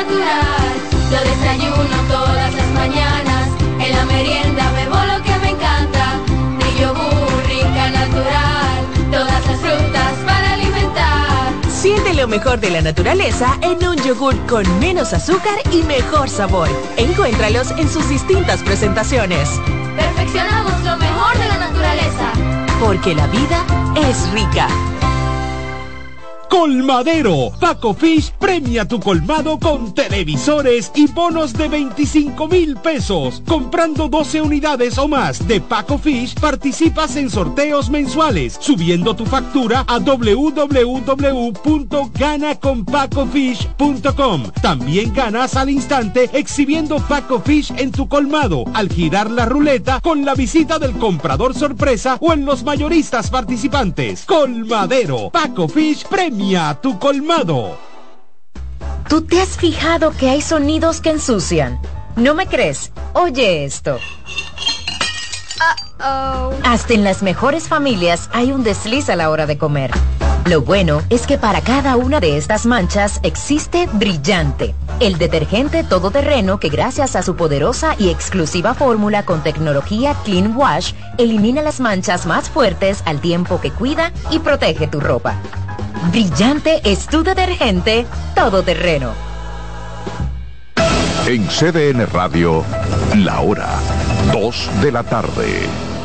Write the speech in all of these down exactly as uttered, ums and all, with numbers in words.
natural. Lo desayuno todas las mañanas, en la merienda bebo lo que me encanta. Mi yogur rica natural, todas las frutas para alimentar. Siente lo mejor de la naturaleza en un yogur con menos azúcar y mejor sabor. Encuéntralos en sus distintas presentaciones. Perfeccionamos lo mejor de la naturaleza. Porque la vida es rica. Colmadero. Paco Fish premia tu colmado con televisores y bonos de veinticinco mil pesos. Comprando doce unidades o más de Paco Fish, participas en sorteos mensuales, subiendo tu factura a doble u doble u doble u punto gana con paco fish punto com. También ganas al instante exhibiendo Paco Fish en tu colmado, al girar la ruleta con la visita del comprador sorpresa o en los mayoristas participantes. Colmadero. Paco Fish premia a tu colmado. ¿Tú te has fijado que hay sonidos que ensucian? ¿No me crees? Oye esto. Uh-oh. Hasta en las mejores familias hay un desliz a la hora de comer. Lo bueno es que para cada una de estas manchas existe Brillante, el detergente todoterreno que gracias a su poderosa y exclusiva fórmula con tecnología Clean Wash elimina las manchas más fuertes al tiempo que cuida y protege tu ropa. Brillante es tu detergente todoterreno. En C D N Radio, la hora dos de la tarde.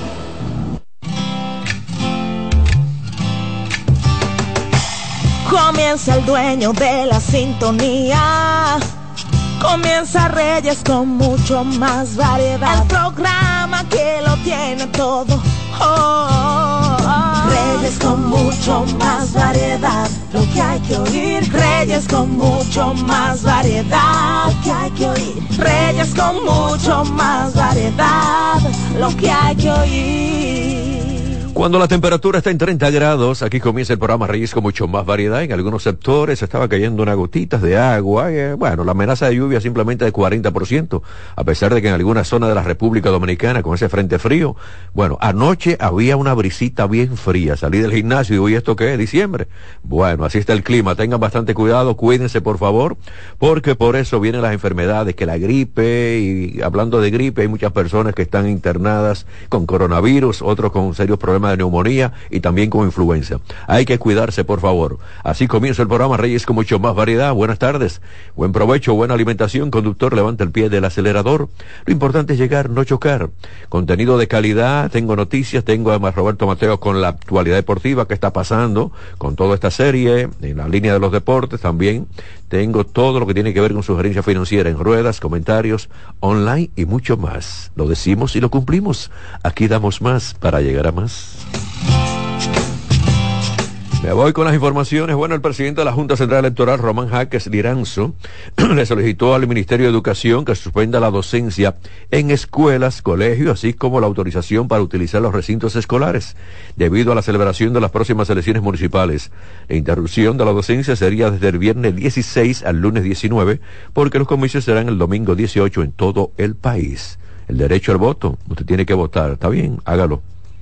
Comienza el dueño de la sintonía. Comienza Reyes con mucho más variedad. El programa que lo tiene todo. Oh, oh, oh. Reyes con mucho más variedad. Lo que hay que oír. Reyes con mucho más variedad. Lo que hay que oír. Reyes con mucho más variedad. Lo que hay que oír. Cuando la temperatura está en treinta grados, aquí comienza el programa Reyes con mucho más variedad. En algunos sectores estaba cayendo unas gotitas de agua. Eh, bueno, la amenaza de lluvia simplemente de cuarenta por ciento, a pesar de que en algunas zonas de la República Dominicana, con ese frente frío, bueno, anoche había una brisita bien fría. Salí del gimnasio y digo, ¿y esto qué es? ¿Diciembre? Bueno, así está el clima. Tengan bastante cuidado, cuídense por favor, porque por eso vienen las enfermedades, que la gripe, y hablando de gripe, hay muchas personas que están internadas con coronavirus, otros con serios problemas de neumonía y también con influenza. Hay que cuidarse, por favor. Así comienza el programa Reyes con mucho más variedad. Buenas tardes, buen provecho, buena alimentación. Conductor, levanta el pie del acelerador. Lo importante es llegar, no chocar. Contenido de calidad, tengo noticias, tengo además Roberto Mateo con la actualidad deportiva, qué está pasando con toda esta serie, en la línea de los deportes también. Tengo todo lo que tiene que ver con sugerencia financiera en ruedas, comentarios, online y mucho más. Lo decimos y lo cumplimos. Aquí damos más para llegar a más. Me voy con las informaciones. Bueno, el presidente de la Junta Central Electoral, Román Jaques Liranzo, le solicitó al Ministerio de Educación que suspenda la docencia en escuelas, colegios, así como la autorización para utilizar los recintos escolares, debido a la celebración de las próximas elecciones municipales. La interrupción de la docencia sería desde el viernes dieciséis al lunes diecinueve, porque los comicios serán el domingo dieciocho en todo el país. El derecho al voto, usted tiene que votar, está bien, hágalo.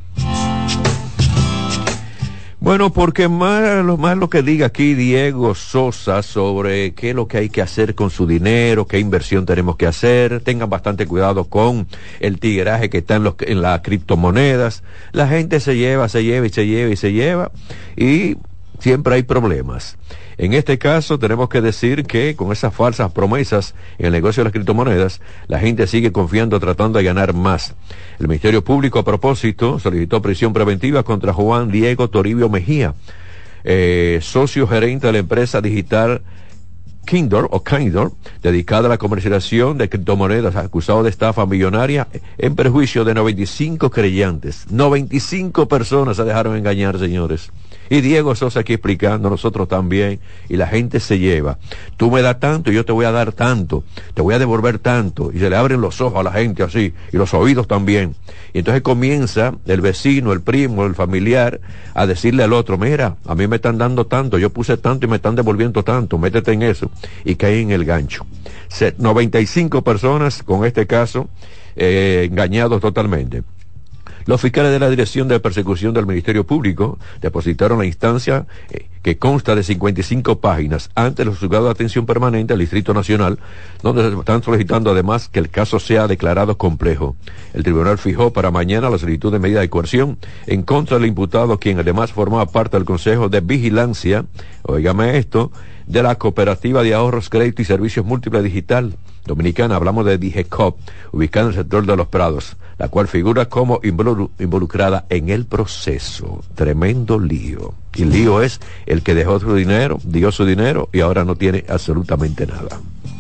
Bueno, porque más lo, más lo que diga aquí Diego Sosa sobre qué es lo que hay que hacer con su dinero, qué inversión tenemos que hacer, tengan bastante cuidado con el tigueraje que está en, los, en las criptomonedas. La gente se lleva, se lleva y se lleva y se lleva y siempre hay problemas. En este caso tenemos que decir que con esas falsas promesas en el negocio de las criptomonedas, la gente sigue confiando, tratando de ganar más. El Ministerio Público, a propósito, solicitó prisión preventiva contra Juan Diego Toribio Mejía, eh, socio gerente de la empresa digital Kindor o Kindor, dedicada a la comercialización de criptomonedas, acusado de estafa millonaria en perjuicio de noventa y cinco creyentes. noventa y cinco personas se dejaron engañar, señores. Y Diego Sosa aquí explicando, nosotros también, y la gente se lleva. Tú me das tanto y yo te voy a dar tanto, te voy a devolver tanto, y se le abren los ojos a la gente así, y los oídos también. Y entonces comienza el vecino, el primo, el familiar, a decirle al otro, mira, a mí me están dando tanto, yo puse tanto y me están devolviendo tanto, métete en eso, y cae en el gancho. noventa y cinco personas, con este caso, eh, engañados totalmente. Los fiscales de la Dirección de Persecución del Ministerio Público depositaron la instancia eh, que consta de cincuenta y cinco páginas ante los juzgados de atención permanente del Distrito Nacional, donde se están solicitando además que el caso sea declarado complejo. El tribunal fijó para mañana la solicitud de medida de coerción en contra del imputado, quien además formaba parte del Consejo de Vigilancia, óigame esto, de la Cooperativa de Ahorros, Crédito y Servicios Múltiples Digital Dominicana, hablamos de DIGECOP, ubicada en el sector de Los Prados, la cual figura como involu- involucrada en el proceso. Tremendo lío. Y el lío es el que dejó su dinero, dio su dinero y ahora no tiene absolutamente nada.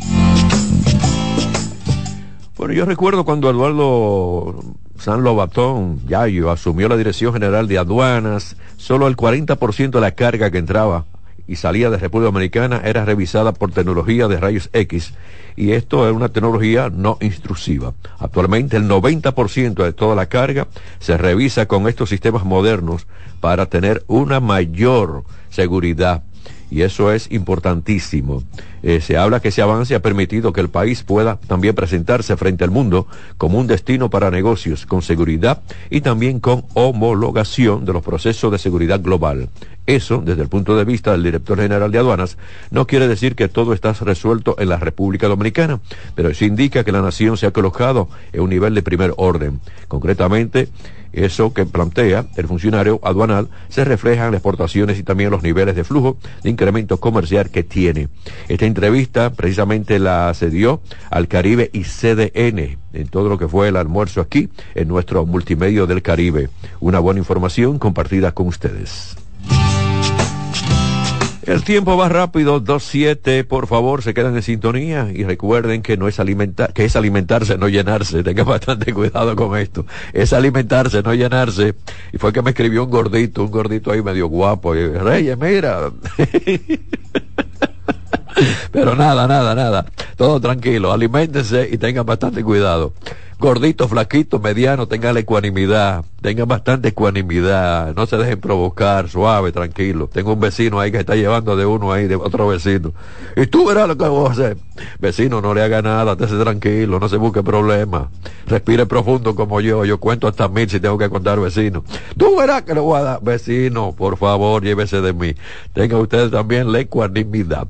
Bueno, yo recuerdo cuando Eduardo San Lobatón, Yayo, asumió la Dirección General de Aduanas, solo el cuarenta por ciento de la carga que entraba y salía de República Dominicana era revisada por tecnología de rayos X, y esto es una tecnología no intrusiva. Actualmente el noventa por ciento de toda la carga se revisa con estos sistemas modernos para tener una mayor seguridad, y eso es importantísimo. Eh, se habla que ese avance ha permitido que el país pueda también presentarse frente al mundo como un destino para negocios con seguridad y también con homologación de los procesos de seguridad global. Eso, desde el punto de vista del director general de aduanas, no quiere decir que todo está resuelto en la República Dominicana, pero eso indica que la nación se ha colocado en un nivel de primer orden. Concretamente, eso que plantea el funcionario aduanal se refleja en las exportaciones y también los niveles de flujo de incremento comercial que tiene. Esta entrevista precisamente la cedió al Caribe y C D N en todo lo que fue el almuerzo aquí en nuestro multimedio del Caribe. Una buena información compartida con ustedes. El tiempo va rápido, dos siete, por favor, se quedan en sintonía y recuerden que no es alimentar, que es alimentarse, no llenarse. Tengan bastante cuidado con esto. Es alimentarse, no llenarse. Y fue que me escribió un gordito, un gordito ahí medio guapo. Y, Reyes, mira. Pero nada, nada, nada. Todo tranquilo. Aliméntense y tengan bastante cuidado. Gordito, flaquito, mediano, tengan la ecuanimidad, tengan bastante ecuanimidad, no se dejen provocar, suave, tranquilo. Tengo un vecino ahí que está llevando de uno ahí, de otro vecino. Y tú verás lo que voy a hacer. Vecino, no le haga nada, estése tranquilo, no se busque problemas. Respire profundo como yo, yo cuento hasta mil si tengo que contar, vecino. Tú verás que le voy a dar. Vecino, por favor, llévese de mí. Tengan ustedes también la ecuanimidad.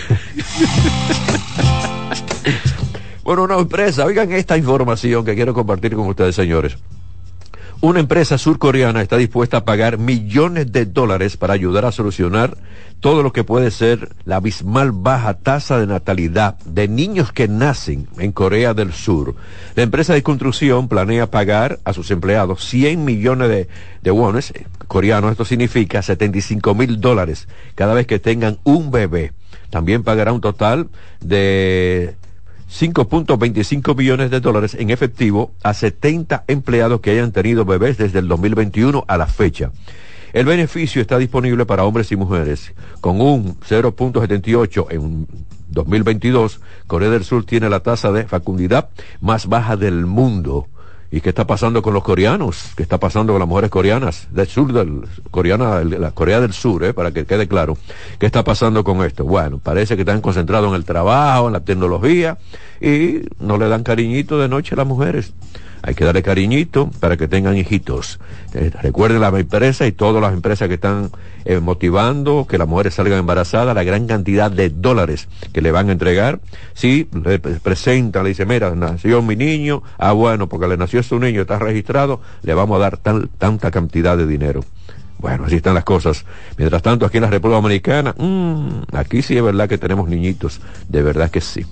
Bueno, una empresa, oigan esta información que quiero compartir con ustedes, señores. Una empresa surcoreana está dispuesta a pagar millones de dólares para ayudar a solucionar todo lo que puede ser la abismal baja tasa de natalidad de niños que nacen en Corea del Sur. La empresa de construcción planea pagar a sus empleados cien millones de, de wones coreanos. Esto significa setenta y cinco mil dólares cada vez que tengan un bebé. También pagará un total de cinco punto veinticinco millones de dólares en efectivo a setenta empleados que hayan tenido bebés desde el dos mil veintiuno a la fecha. El beneficio está disponible para hombres y mujeres. Con un cero punto setenta y ocho en dos mil veintidós, Corea del Sur tiene la tasa de fecundidad más baja del mundo. ¿Y qué está pasando con los coreanos? ¿Qué está pasando con las mujeres coreanas? Del sur, del, coreana, la Corea del Sur, eh, para que quede claro. ¿Qué está pasando con esto? Bueno, parece que están concentrados en el trabajo, en la tecnología, y no le dan cariñito de noche a las mujeres. Hay que darle cariñito para que tengan hijitos. Eh, recuerden la empresa y todas las empresas que están eh, motivando que las mujeres salgan embarazadas, la gran cantidad de dólares que le van a entregar. Si le presentan, le dicen, mira, nació mi niño, ah bueno, porque le nació su niño, está registrado, le vamos a dar tal, tanta cantidad de dinero. Bueno, así están las cosas. Mientras tanto, aquí en la República Dominicana, mmm, aquí sí es verdad que tenemos niñitos, de verdad que sí.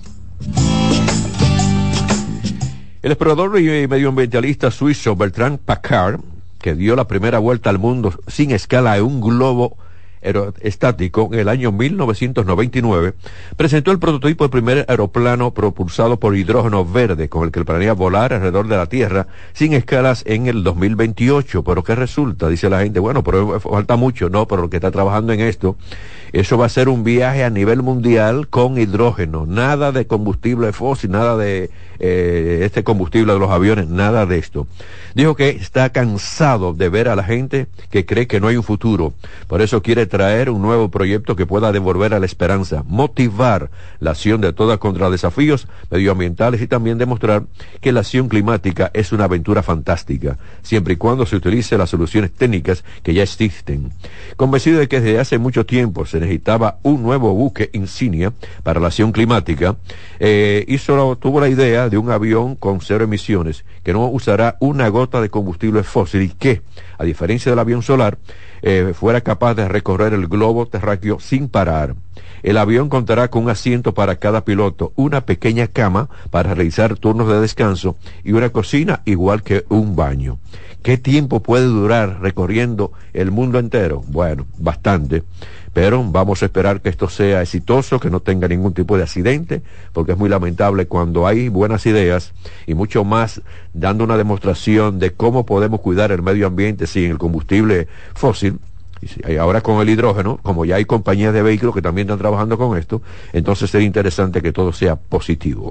El explorador y medioambientalista suizo Bertrand Piccard, que dio la primera vuelta al mundo sin escala en un globo aerostático en el año mil novecientos noventa y nueve, presentó el prototipo del primer aeroplano propulsado por hidrógeno verde, con el que planea volar alrededor de la Tierra sin escalas en el dos mil veintiocho. Pero ¿qué resulta? Dice la gente, bueno, pero falta mucho. No, pero el que está trabajando en esto Eso va a ser un viaje a nivel mundial con hidrógeno, nada de combustible fósil, nada de eh, este combustible de los aviones, nada de esto. Dijo que está cansado de ver a la gente que cree que no hay un futuro, por eso quiere traer un nuevo proyecto que pueda devolver a la esperanza, motivar la acción de todas contra desafíos medioambientales y también demostrar que la acción climática es una aventura fantástica, siempre y cuando se utilice las soluciones técnicas que ya existen. Convencido de que desde hace mucho tiempo se necesitaba un nuevo buque insignia para la acción climática, eh, hizo, tuvo la idea de un avión con cero emisiones, que no usará una gota de combustible fósil y que, a diferencia del avión solar, eh, fuera capaz de recorrer el globo terráqueo sin parar. El avión contará con un asiento para cada piloto, una pequeña cama para realizar turnos de descanso y una cocina igual que un baño. ¿Qué tiempo puede durar recorriendo el mundo entero? Bueno, bastante, pero vamos a esperar que esto sea exitoso, que no tenga ningún tipo de accidente, porque es muy lamentable cuando hay buenas ideas y mucho más dando una demostración de cómo podemos cuidar el medio ambiente sin el combustible fósil. Y ahora con el hidrógeno, como ya hay compañías de vehículos que también están trabajando con esto, entonces sería interesante que todo sea positivo.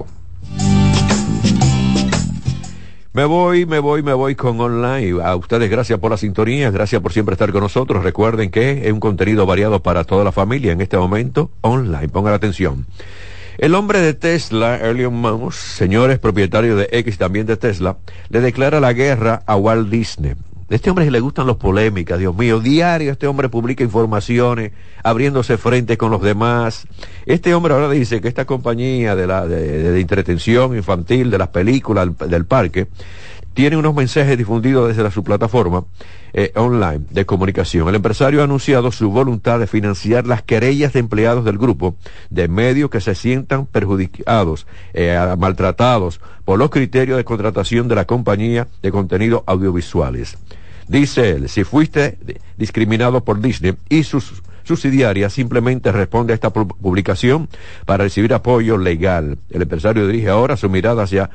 Me voy, me voy, me voy con online. A ustedes gracias por la sintonía, gracias por siempre estar con nosotros. Recuerden que es un contenido variado para toda la familia en este momento online. Pongan atención. El hombre de Tesla, Elon Musk, señores propietarios de X, también de Tesla, le declara la guerra a Walt Disney. A este hombre le gustan las polémicas, Dios mío, diario este hombre publica informaciones, abriéndose frente con los demás. Este hombre ahora dice que esta compañía de la de, de, de entretención infantil, de las películas, del, del parque, tiene unos mensajes difundidos desde la, su plataforma eh, online de comunicación. El empresario ha anunciado su voluntad de financiar las querellas de empleados del grupo de medios que se sientan perjudicados, eh, maltratados por los criterios de contratación de la compañía de contenidos audiovisuales. Dice él, si fuiste discriminado por Disney y sus subsidiaria, simplemente responde a esta publicación para recibir apoyo legal. El empresario dirige ahora su mirada hacia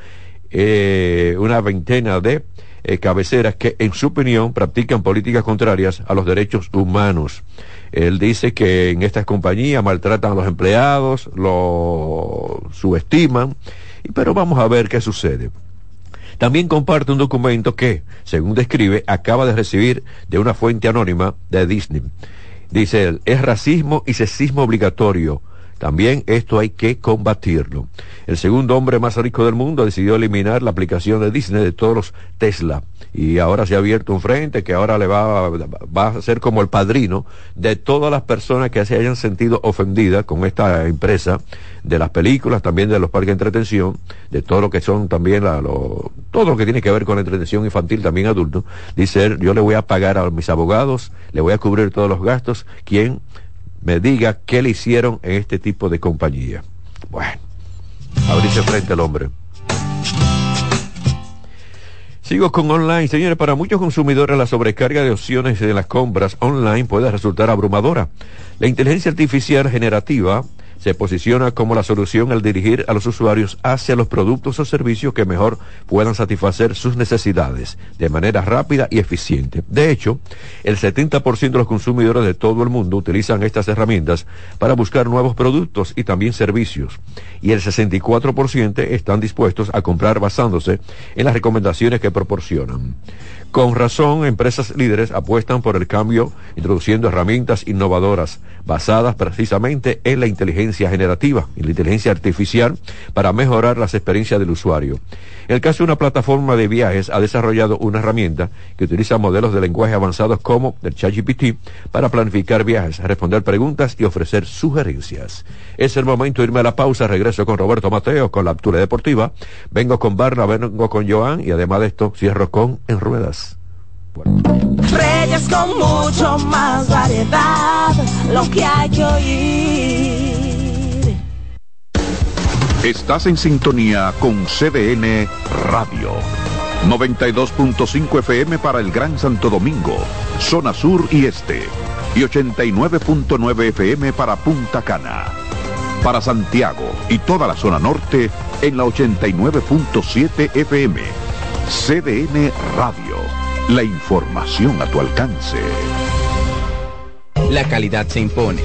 eh, una veintena de eh, cabeceras que, en su opinión, practican políticas contrarias a los derechos humanos. Él dice que en estas compañías maltratan a los empleados, lo subestiman, pero vamos a ver qué sucede. También comparte un documento que, según describe, acaba de recibir de una fuente anónima de Disney. Dice él, es racismo y sexismo obligatorio. También esto hay que combatirlo. El segundo hombre más rico del mundo decidió eliminar la aplicación de Disney de todos los Tesla. Y ahora se ha abierto un frente que ahora le va, va a ser como el padrino de todas las personas que se hayan sentido ofendidas con esta empresa de las películas, también de los parques de entretención, de todo lo que son también la, lo, todo lo que tiene que ver con la entretención infantil, también adulto. Dice él, yo le voy a pagar a mis abogados, le voy a cubrir todos los gastos, quien me diga qué le hicieron en este tipo de compañía. Bueno, abrirse frente al hombre. Sigo con online, señores. Para muchos consumidores la sobrecarga de opciones de las compras online puede resultar abrumadora. La inteligencia artificial generativa se posiciona como la solución al dirigir a los usuarios hacia los productos o servicios que mejor puedan satisfacer sus necesidades de manera rápida y eficiente. De hecho, el setenta por ciento de los consumidores de todo el mundo utilizan estas herramientas para buscar nuevos productos y también servicios, y el sesenta y cuatro por ciento están dispuestos a comprar basándose en las recomendaciones que proporcionan. Con razón, empresas líderes apuestan por el cambio, introduciendo herramientas innovadoras basadas precisamente en la inteligencia generativa y la inteligencia artificial para mejorar las experiencias del usuario. En el caso de una plataforma de viajes, ha desarrollado una herramienta que utiliza modelos de lenguaje avanzados como el ChatGPT para planificar viajes, responder preguntas y ofrecer sugerencias. Es el momento de irme a la pausa. Regreso con Roberto Mateo con la Actualidad Deportiva. Vengo con Barna, vengo con Joan y además de esto cierro con En Ruedas. Bueno. Reyes con mucho más variedad, lo que hay que oír. Estás en sintonía con C D N Radio. noventa y dos punto cinco F M para el Gran Santo Domingo, zona sur y este. Y ochenta y nueve punto nueve F M para Punta Cana. Para Santiago y toda la zona norte en la ochenta y nueve punto siete F M. C D N Radio. La información a tu alcance. la calidad se impone.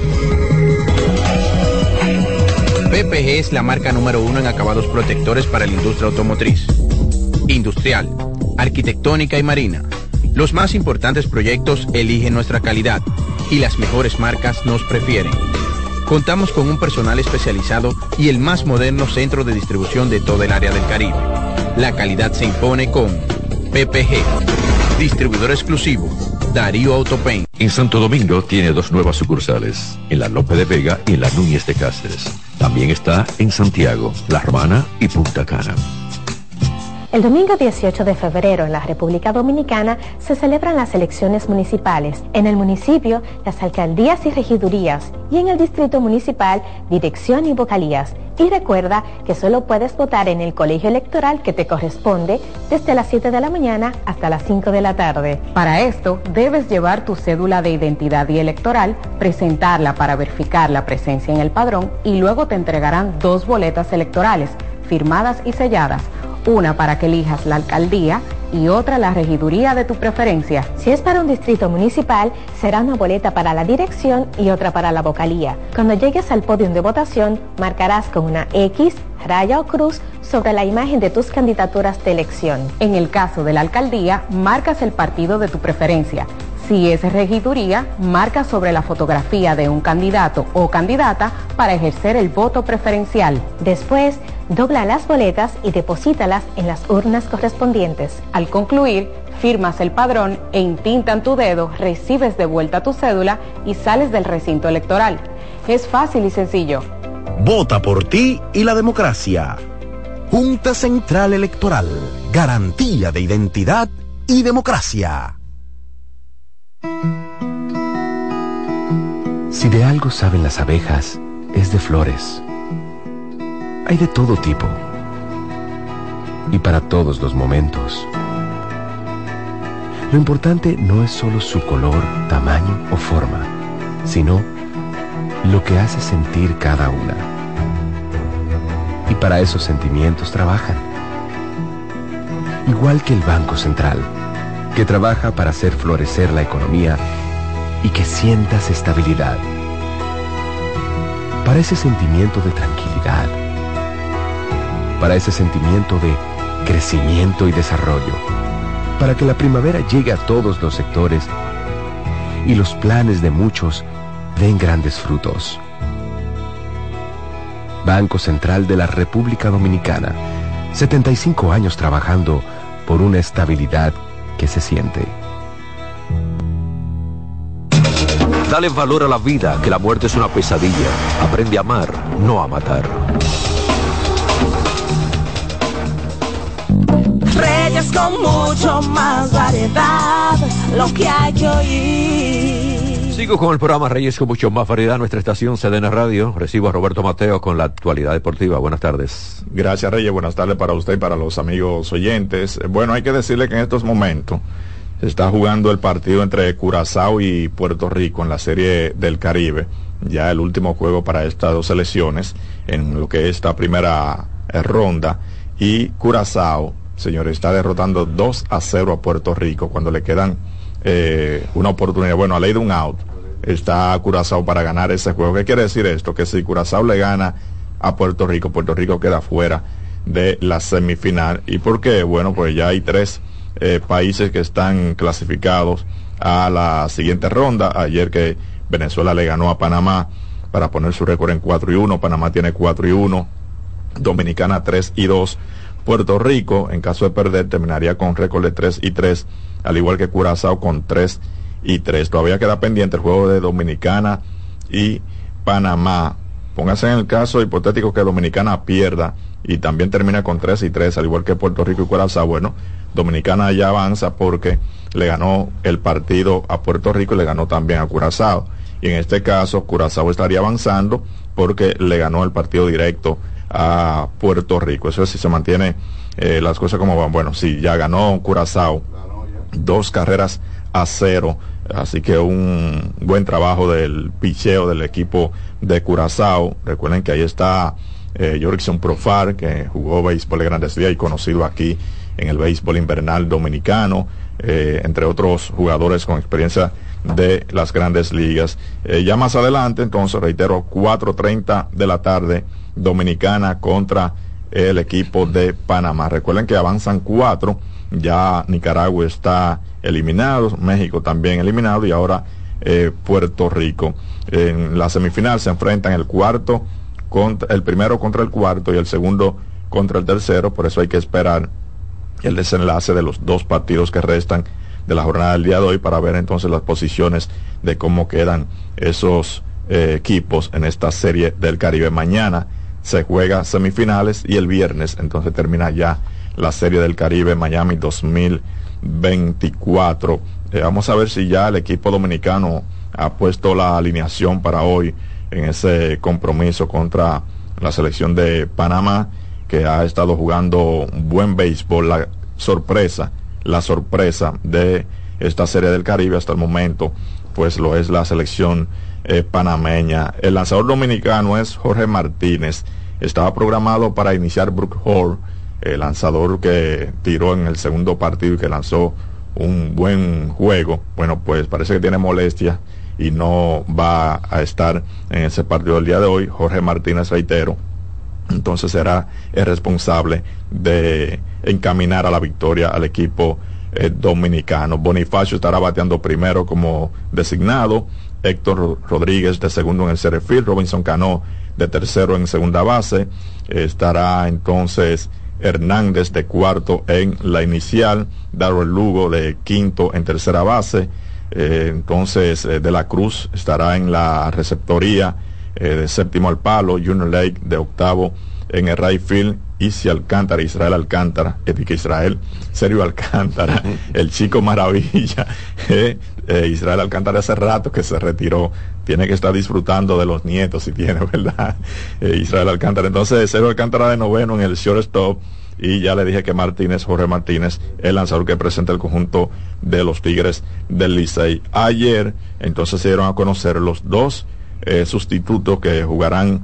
P P G es la marca número uno en acabados protectores para la industria automotriz, industrial, arquitectónica y marina. Los más importantes proyectos eligen nuestra calidad y las mejores marcas nos prefieren. Contamos con un personal especializado y el más moderno centro de distribución de toda el área del Caribe. La calidad se impone con P P G, distribuidor exclusivo, Darío Autopaint. En Santo Domingo tiene dos nuevas sucursales, en la Lope de Vega y en la Núñez de Cáceres. También está en Santiago, La Romana y Punta Cana. El domingo dieciocho de febrero en la República Dominicana se celebran las elecciones municipales. En el municipio, las alcaldías y regidurías, y en el distrito municipal, dirección y vocalías. Y recuerda que solo puedes votar en el colegio electoral que te corresponde desde las siete de la mañana hasta las cinco de la tarde. Para esto, debes llevar tu cédula de identidad y electoral, presentarla para verificar la presencia en el padrón y luego te entregarán dos boletas electorales, firmadas y selladas. Una para que elijas la alcaldía y otra la regiduría de tu preferencia. Si es para un distrito municipal, será una boleta para la dirección y otra para la vocalía. Cuando llegues al podio de votación, marcarás con una X, raya o cruz sobre la imagen de tus candidaturas de elección. En el caso de la alcaldía, marcas el partido de tu preferencia. Si es regiduría, marca sobre la fotografía de un candidato o candidata para ejercer el voto preferencial. Después, dobla las boletas y deposítalas en las urnas correspondientes. Al concluir, firmas el padrón e intintan tu dedo, recibes de vuelta tu cédula y sales del recinto electoral. Es fácil y sencillo. Vota por ti y la democracia. Junta Central Electoral. Garantía de identidad y democracia. Si de algo saben las abejas, es de flores. Hay de todo tipo y para todos los momentos. Lo importante no es solo su color, tamaño o forma, sino lo que hace sentir cada una. Y para esos sentimientos trabajan. Igual que el Banco Central, que trabaja para hacer florecer la economía y que sientas estabilidad. Para ese sentimiento de tranquilidad. Para ese sentimiento de crecimiento y desarrollo. Para que la primavera llegue a todos los sectores y los planes de muchos den grandes frutos. Banco Central de la República Dominicana. setenta y cinco años trabajando por una estabilidad que se siente. Dale valor a la vida, que la muerte es una pesadilla. Aprende a amar, no a matar. Reyes con mucho más variedad, lo que hay que oír. Sigo con el programa Reyes con mucho más variedad. Nuestra estación C D N Radio. Recibo a Roberto Mateo con la actualidad deportiva. Buenas tardes. Gracias, Reyes. Buenas tardes para usted y para los amigos oyentes. Bueno, hay que decirle que en estos momentos se está jugando el partido entre Curazao y Puerto Rico en la Serie del Caribe. Ya el último juego para estas dos selecciones en lo que es esta primera eh, ronda. Y Curazao, señores, está derrotando dos a cero a Puerto Rico cuando le quedan eh, una oportunidad. Bueno, a ley de un out está Curazao para ganar ese juego. ¿Qué quiere decir esto? Que si Curazao le gana a Puerto Rico, Puerto Rico queda fuera de la semifinal. ¿Y por qué? Bueno, pues ya hay tres eh, países que están clasificados a la siguiente ronda. Ayer que Venezuela le ganó a Panamá para poner su récord en cuatro y uno. Panamá tiene cuatro y uno. Dominicana tres y dos. Puerto Rico, en caso de perder, terminaría con récord de tres y tres, al igual que Curazao con tres y tres. Todavía queda pendiente el juego de Dominicana y Panamá. Póngase en el caso hipotético que Dominicana pierda y también termina con tres y tres, al igual que Puerto Rico y Curazao. Bueno, Dominicana ya avanza porque le ganó el partido a Puerto Rico y le ganó también a Curazao. Y en este caso, Curazao estaría avanzando porque le ganó el partido directo a Puerto Rico. Eso es si se mantiene eh, las cosas como van. Bueno, sí, ya ganó Curazao dos carreras a cero, así que un buen trabajo del picheo del equipo de Curazao. Recuerden que ahí está eh, Jorgson Profar, que jugó béisbol de Grandes Ligas y conocido aquí en el béisbol invernal dominicano, eh, entre otros jugadores con experiencia de las Grandes Ligas. Eh, ya más adelante, entonces, reitero, cuatro treinta de la tarde, Dominicana contra el equipo de Panamá. Recuerden que avanzan cuatro, ya Nicaragua está eliminado, México también eliminado, y ahora eh, Puerto Rico. En la semifinal se enfrentan el cuarto contra, el primero contra el cuarto y el segundo contra el tercero, por eso hay que esperar el desenlace de los dos partidos que restan de la jornada del día de hoy para ver entonces las posiciones de cómo quedan esos eh, equipos en esta serie del Caribe. Mañana se juega semifinales y el viernes entonces termina ya la serie del Caribe Miami dos mil veinticuatro. Eh, vamos a ver si ya el equipo dominicano ha puesto la alineación para hoy en ese compromiso contra la selección de Panamá, que ha estado jugando buen béisbol. La sorpresa, la sorpresa de esta serie del Caribe hasta el momento, pues lo es la selección eh, panameña. El lanzador dominicano es Jorge Martínez. Estaba programado para iniciar Brook Hall, el lanzador que tiró en el segundo partido y que lanzó un buen juego. Bueno, pues parece que tiene molestia y no va a estar en ese partido del día de hoy. Jorge Martínez, reitero, entonces será el responsable de encaminar a la victoria al equipo eh, dominicano. Bonifacio estará bateando primero como designado, Héctor Rodríguez de segundo en el center field, Robinson Cano de tercero en segunda base, eh, estará entonces Hernández de cuarto en la inicial, Darrell Lugo de quinto en tercera base, eh, entonces eh, De la Cruz estará en la receptoría, Eh, de séptimo al palo, Junior Lake de octavo en el right field, Isi Alcántara, Israel Alcántara, Epic Israel, Sergio Alcántara, el chico maravilla, eh, eh, Israel Alcántara hace rato que se retiró, tiene que estar disfrutando de los nietos si tiene, ¿verdad? Eh, Israel Alcántara, entonces Sergio Alcántara de noveno en el shortstop, y ya le dije que Martínez, Jorge Martínez, el lanzador que presenta el conjunto de los Tigres del Licey. Ayer entonces se dieron a conocer los dos Eh, sustitutos que jugarán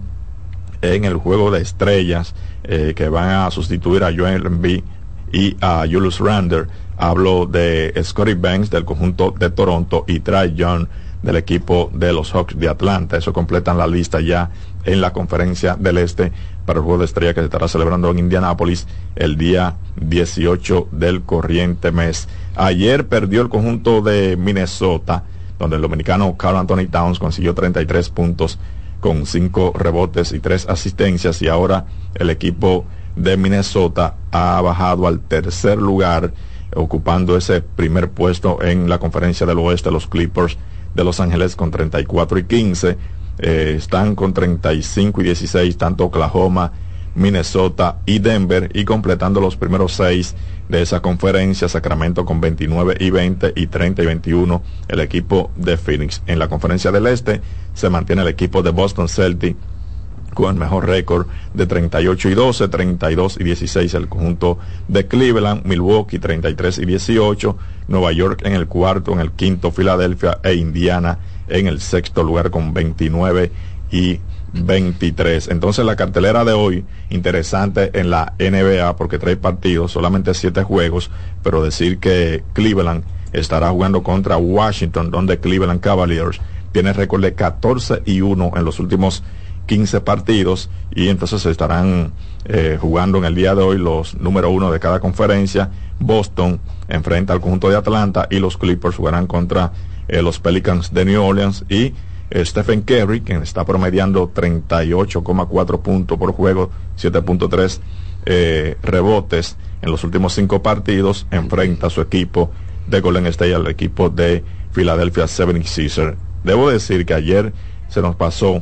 en el juego de estrellas, eh, que van a sustituir a Joel Embiid y a Julius Randle. Hablo de Scotty Banks del conjunto de Toronto y Trae Young del equipo de los Hawks de Atlanta. Eso completan la lista ya en la Conferencia del Este para el juego de estrella que se estará celebrando en Indianápolis el día dieciocho del corriente mes. Ayer perdió el conjunto de Minnesota, donde el dominicano Karl Anthony Towns consiguió treinta y tres puntos con cinco rebotes y tres asistencias, y ahora el equipo de Minnesota ha bajado al tercer lugar, ocupando ese primer puesto en la Conferencia del Oeste. Los Clippers de Los Ángeles con treinta y cuatro y quince, eh, están con treinta y cinco y dieciséis tanto Oklahoma, Minnesota y Denver, y completando los primeros seis de esa conferencia, Sacramento con veintinueve y veinte y treinta y veintiuno el equipo de Phoenix. En la Conferencia del Este se mantiene el equipo de Boston Celtics con el mejor récord de treinta y ocho y doce, treinta y dos y dieciséis el conjunto de Cleveland, Milwaukee treinta y tres y dieciocho, Nueva York en el cuarto, en el quinto Filadelfia e Indiana en el sexto lugar con veintinueve y veintitrés. Entonces la cartelera de hoy, interesante en la N B A porque trae partidos, solamente siete juegos, pero decir que Cleveland estará jugando contra Washington, donde Cleveland Cavaliers tiene récord de catorce y uno en los últimos quince partidos, y entonces se estarán eh, jugando en el día de hoy los número uno de cada conferencia. Boston enfrenta al conjunto de Atlanta y los Clippers jugarán contra eh, los Pelicans de New Orleans, y Stephen Curry, quien está promediando treinta y ocho coma cuatro puntos por juego, siete punto tres eh, rebotes en los últimos cinco partidos, enfrenta a su equipo de Golden State, al equipo de Philadelphia setenta y seis ers. Debo decir que ayer se nos pasó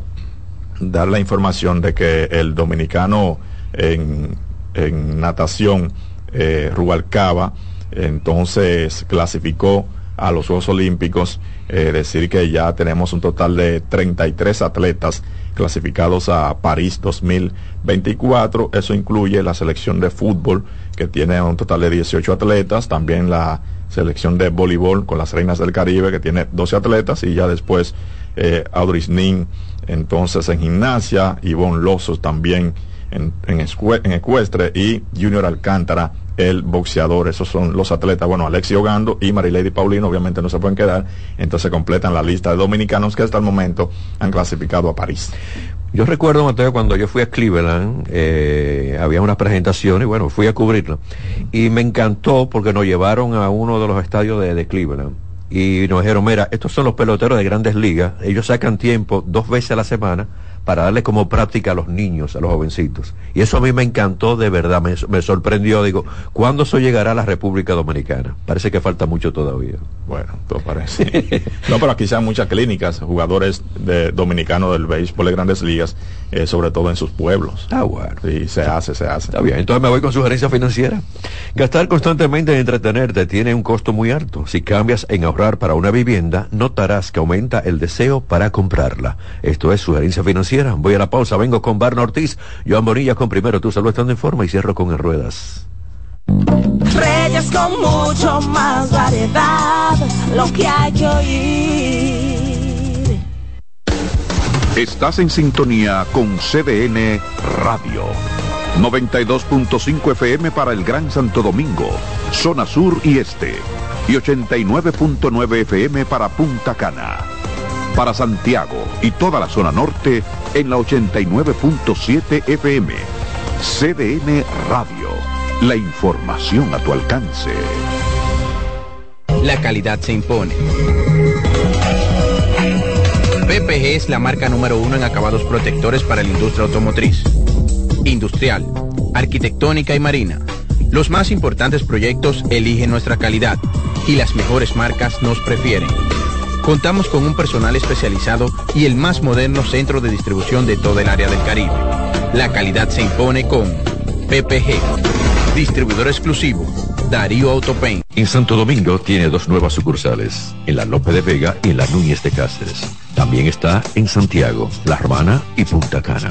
dar la información de que el dominicano en, en natación, eh, Rubalcaba, entonces clasificó a los Juegos Olímpicos. Eh, decir que ya tenemos un total de treinta y tres atletas clasificados a París dos mil veinticuatro. Eso incluye la selección de fútbol, que tiene un total de dieciocho atletas, también la selección de voleibol con las Reinas del Caribe, que tiene doce atletas, y ya después eh, Audrey Nin, entonces en gimnasia, Ivonne Lozos también en, en, escue, en ecuestre, y Junior Alcántara, el boxeador. Esos son los atletas. Bueno, Alexi Ogando y Marilady Paulino obviamente no se pueden quedar, entonces completan la lista de dominicanos que hasta el momento han clasificado a París. Yo recuerdo, Mateo, cuando yo fui a Cleveland, eh, había una presentación y bueno, fui a cubrirla. Y me encantó porque nos llevaron a uno de los estadios de, de Cleveland. Y nos dijeron, mira, estos son los peloteros de Grandes Ligas. Ellos sacan tiempo dos veces a la semana para darle como práctica a los niños, a los jovencitos. Y eso a mí me encantó, de verdad, me, me sorprendió. Digo, ¿cuándo eso llegará a la República Dominicana? Parece que falta mucho todavía. Bueno, todo parece. No, pero aquí se dan muchas clínicas, jugadores de, dominicanos del béisbol de Grandes Ligas, eh, sobre todo en sus pueblos. Ah, bueno. Sí, se hace, se hace. Está bien, entonces me voy con sugerencia financiera. Gastar constantemente en entretenerte tiene un costo muy alto. Si cambias en ahorrar para una vivienda, notarás que aumenta el deseo para comprarla. Esto es sugerencia financiera. Voy a la pausa, vengo con Barna Ortiz, Joan Bonilla con Primero Tu Salud Estando en Forma y cierro con En Ruedas. Reyes con mucho más variedad, lo que hay que oír. Estás en sintonía con C D N Radio. noventa y dos punto cinco F M para el Gran Santo Domingo, zona sur y este. Y ochenta y nueve punto nueve F M para Punta Cana. Para Santiago y toda la zona norte en la ochenta y nueve punto siete F M. C D N Radio. La información a tu alcance. La calidad se impone. P P G es la marca número uno en acabados protectores para la industria automotriz, industrial, arquitectónica y marina. Los más importantes proyectos eligen nuestra calidad y las mejores marcas nos prefieren. Contamos con un personal especializado y el más moderno centro de distribución de toda el área del Caribe. La calidad se impone con P P G. Distribuidor exclusivo, Darío Autopain. En Santo Domingo tiene dos nuevas sucursales, en la Lope de Vega y en la Núñez de Cáceres. También está en Santiago, La Romana y Punta Cana.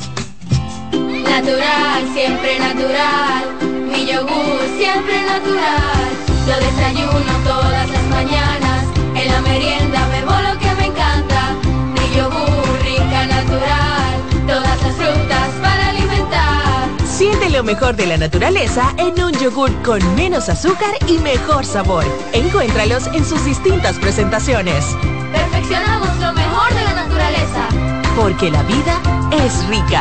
Natural, siempre natural. Mi yogur siempre natural. Lo desayuno todas las mañanas. En la merienda bebo lo que me encanta. Mi yogur rica natural. Todas las frutas para alimentar. Siente lo mejor de la naturaleza en un yogur con menos azúcar y mejor sabor. Encuéntralos en sus distintas presentaciones. Perfeccionamos lo mejor de la naturaleza. Porque la vida es rica.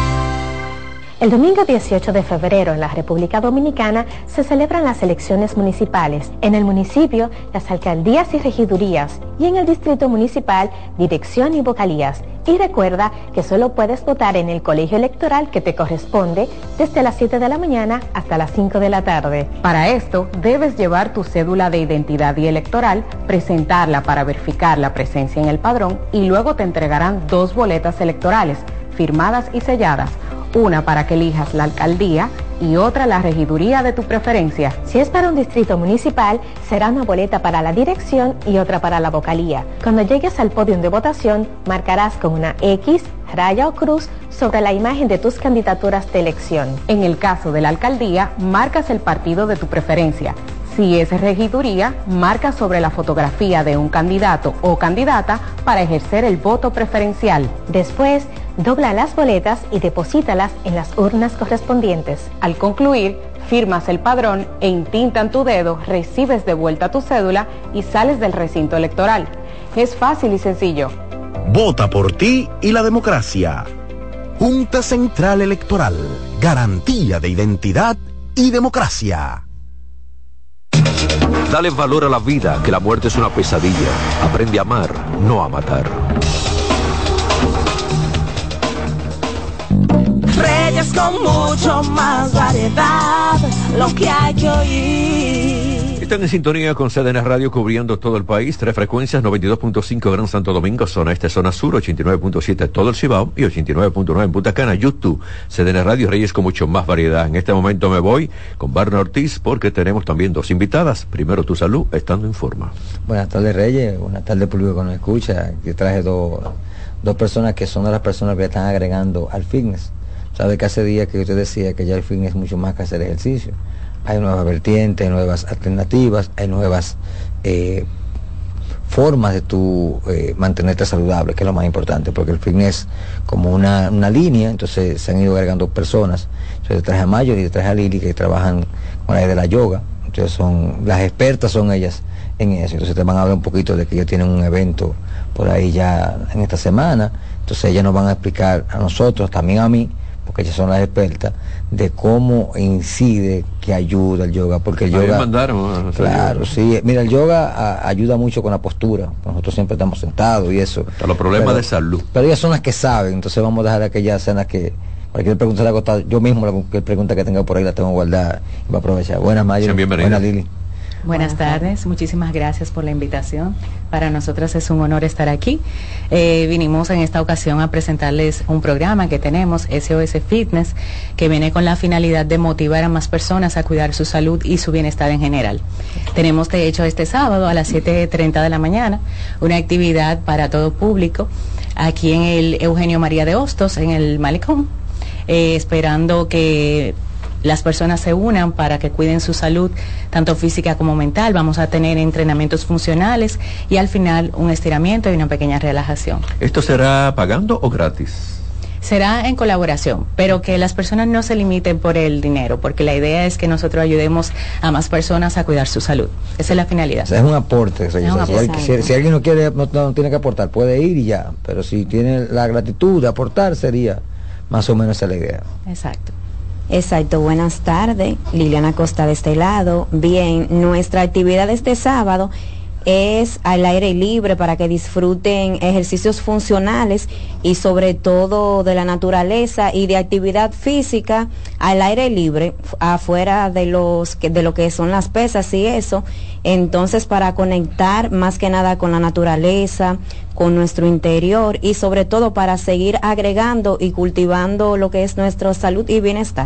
El domingo dieciocho de febrero en la República Dominicana se celebran las elecciones municipales. En el municipio, las alcaldías y regidurías, y en el distrito municipal, dirección y vocalías. Y recuerda que solo puedes votar en el colegio electoral que te corresponde desde las siete de la mañana hasta las cinco de la tarde. Para esto, debes llevar tu cédula de identidad y electoral, presentarla para verificar la presencia en el padrón y luego te entregarán dos boletas electorales, firmadas y selladas, una para que elijas la alcaldía y otra la regiduría de tu preferencia. Si es para un distrito municipal, será una boleta para la dirección y otra para la vocalía. Cuando llegues al podio de votación, marcarás con una X, raya o cruz sobre la imagen de tus candidaturas de elección. En el caso de la alcaldía, marcas el partido de tu preferencia. Si es regiduría, marca sobre la fotografía de un candidato o candidata para ejercer el voto preferencial. Después, dobla las boletas y deposítalas en las urnas correspondientes. Al concluir, firmas el padrón e intintan tu dedo, recibes de vuelta tu cédula y sales del recinto electoral. Es fácil y sencillo. Vota por ti y la democracia. Junta Central Electoral. Garantía de identidad y democracia. Dale valor a la vida, que la muerte es una pesadilla. Aprende a amar, no a matar. Reyes con mucho más variedad, lo que hay que oír. Están en sintonía con C D N Radio cubriendo todo el país, tres frecuencias, noventa y dos punto cinco Gran Santo Domingo, zona este, zona sur, ochenta y nueve punto siete todo el Cibao y ochenta y nueve punto nueve en Punta Cana, YouTube, C D N Radio, Reyes con mucho más variedad. En este momento me voy con Barna Ortiz porque tenemos también dos invitadas. Primero Tu Salud, estando en forma. Buenas tardes, Reyes, buenas tardes, público que nos escucha. Yo traje dos, dos personas que son de las personas que están agregando al fitness. Sabe que hace días que usted decía que ya el fitness es mucho más que hacer ejercicio. Hay nuevas vertientes, hay nuevas alternativas, hay nuevas eh, formas de tu eh, mantenerte saludable, que es lo más importante, porque el fitness como una, una línea, entonces se han ido agregando personas. Entonces traje a Mayo y traje a Lili, que trabajan con la de la yoga, entonces son las expertas, son ellas en eso. Entonces te van a hablar un poquito de que ellos tienen un evento por ahí ya en esta semana, entonces ellas nos van a explicar a nosotros, también a mí, porque ellas son las expertas, de cómo incide, que ayuda el yoga, porque el yoga... mandaron, claro, sí, mira, el yoga a, ayuda mucho con la postura, nosotros siempre estamos sentados y eso. Hasta los problemas pero, de salud. Pero ellas son las que saben, entonces vamos a dejar a que ellas sean las que... Cualquier pregunta la hago, yo mismo cualquier pregunta que tenga por ahí la tengo guardada y voy a aprovechar. Buenas, Mayo. Buenas, Lili. Buenas tardes, muchísimas gracias por la invitación. Para nosotras es un honor estar aquí. Eh, vinimos en esta ocasión a presentarles un programa que tenemos, S O S Fitness, que viene con la finalidad de motivar a más personas a cuidar su salud y su bienestar en general. Tenemos de hecho este sábado a las siete treinta de la mañana una actividad para todo público aquí en el Eugenio María de Hostos, en el Malecón, eh, esperando que las personas se unan para que cuiden su salud, tanto física como mental. Vamos a tener entrenamientos funcionales y al final un estiramiento y una pequeña relajación. ¿Esto será pagando o gratis? Será en colaboración, pero que las personas no se limiten por el dinero, porque la idea es que nosotros ayudemos a más personas a cuidar su salud. Esa es la finalidad. O sea, es un aporte. O sea, es un si, hay, si, si alguien no quiere, no, no tiene que aportar, puede ir y ya. Pero si tiene la gratitud de aportar, sería más o menos esa la idea. Exacto. Exacto, buenas tardes, Liliana Costa de este lado. Bien, nuestra actividad este sábado es al aire libre para que disfruten ejercicios funcionales y sobre todo de la naturaleza y de actividad física al aire libre, afuera de los de lo que son las pesas y eso. Entonces, para conectar más que nada con la naturaleza, con nuestro interior y sobre todo para seguir agregando y cultivando lo que es nuestra salud y bienestar.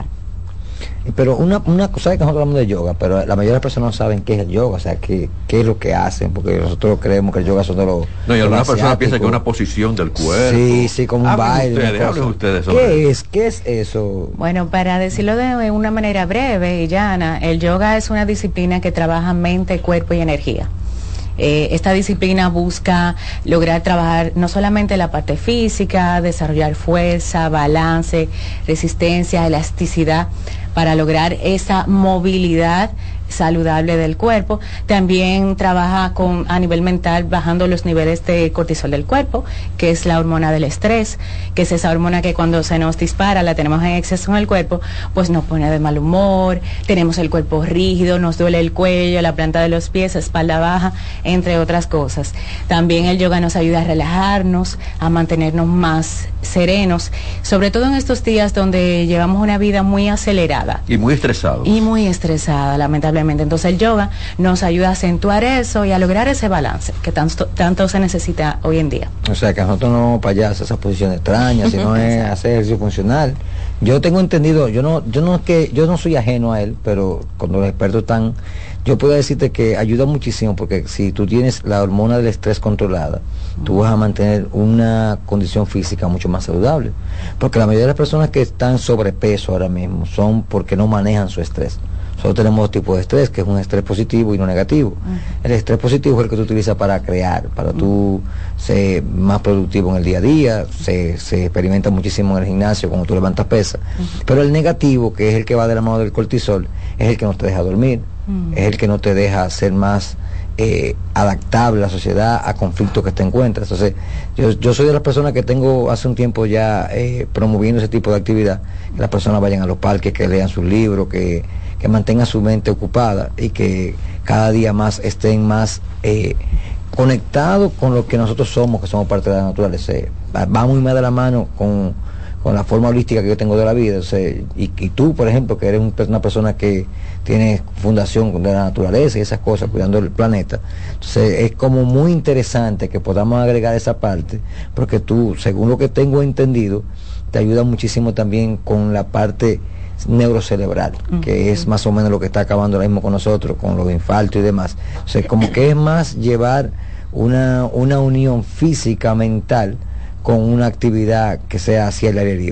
Pero una, una cosa es que nosotros hablamos de yoga, pero la mayoría de las personas no saben qué es el yoga, o sea, qué, qué es lo que hacen, porque nosotros creemos que el yoga son de los... No, y algunas personas piensan que es una posición del cuerpo. Sí, sí, como un hablen baile. Ustedes, hablen ustedes sobre ¿Qué eso. es? ¿Qué es eso? Bueno, para decirlo de una manera breve y llana, el yoga es una disciplina que trabaja mente, cuerpo y energía. Eh, esta disciplina busca lograr trabajar no solamente la parte física, desarrollar fuerza, balance, resistencia, elasticidad, para lograr esa movilidad saludable del cuerpo. También trabaja con a nivel mental, bajando los niveles de cortisol del cuerpo, que es la hormona del estrés, que es esa hormona que cuando se nos dispara, la tenemos en exceso en el cuerpo, pues nos pone de mal humor, tenemos el cuerpo rígido, nos duele el cuello, la planta de los pies, espalda baja, entre otras cosas. También el yoga nos ayuda a relajarnos, a mantenernos más serenos, sobre todo en estos días donde llevamos una vida muy acelerada. Y muy estresado. Y muy estresada, lamentablemente. Entonces el yoga nos ayuda a acentuar eso y a lograr ese balance que tanto, tanto se necesita hoy en día. O sea, que a nosotros no payas esas posiciones extrañas, sino es hacer ejercicio funcional. Yo tengo entendido, yo no, yo no es que, yo no soy ajeno a él, pero cuando los expertos están, yo puedo decirte que ayuda muchísimo, porque si tú tienes la hormona del estrés controlada, tú vas a mantener una condición física mucho más saludable. Porque la mayoría de las personas que están sobrepeso ahora mismo son porque no manejan su estrés. Nosotros tenemos dos tipos de estrés, que es un estrés positivo y no negativo. Uh-huh. El estrés positivo es el que tú utilizas para crear, para uh-huh. tú ser más productivo en el día a día, se, se experimenta muchísimo en el gimnasio cuando tú levantas pesas. Uh-huh. Pero el negativo, que es el que va de la mano del cortisol, es el que no te deja dormir, uh-huh. es el que no te deja ser más eh, adaptable a la sociedad, a conflictos que te encuentras. Entonces, yo, yo soy de las personas que tengo hace un tiempo ya eh, promoviendo ese tipo de actividad, que las personas vayan a los parques, que lean sus libros, que que mantenga su mente ocupada y que cada día más estén más eh, conectados con lo que nosotros somos, que somos parte de la naturaleza. Va muy más de la mano con, con la forma holística que yo tengo de la vida. O sea, y, y tú, por ejemplo, que eres un, una persona que tiene fundación de la naturaleza y esas cosas, cuidando el planeta. Entonces es como muy interesante que podamos agregar esa parte, porque tú, según lo que tengo entendido, te ayuda muchísimo también con la parte neurocerebral, uh-huh. que es más o menos lo que está acabando ahora mismo con nosotros, con los infartos y demás. O sea, como que es más llevar una, una unión física, mental, con una actividad que sea hacia el aire libre.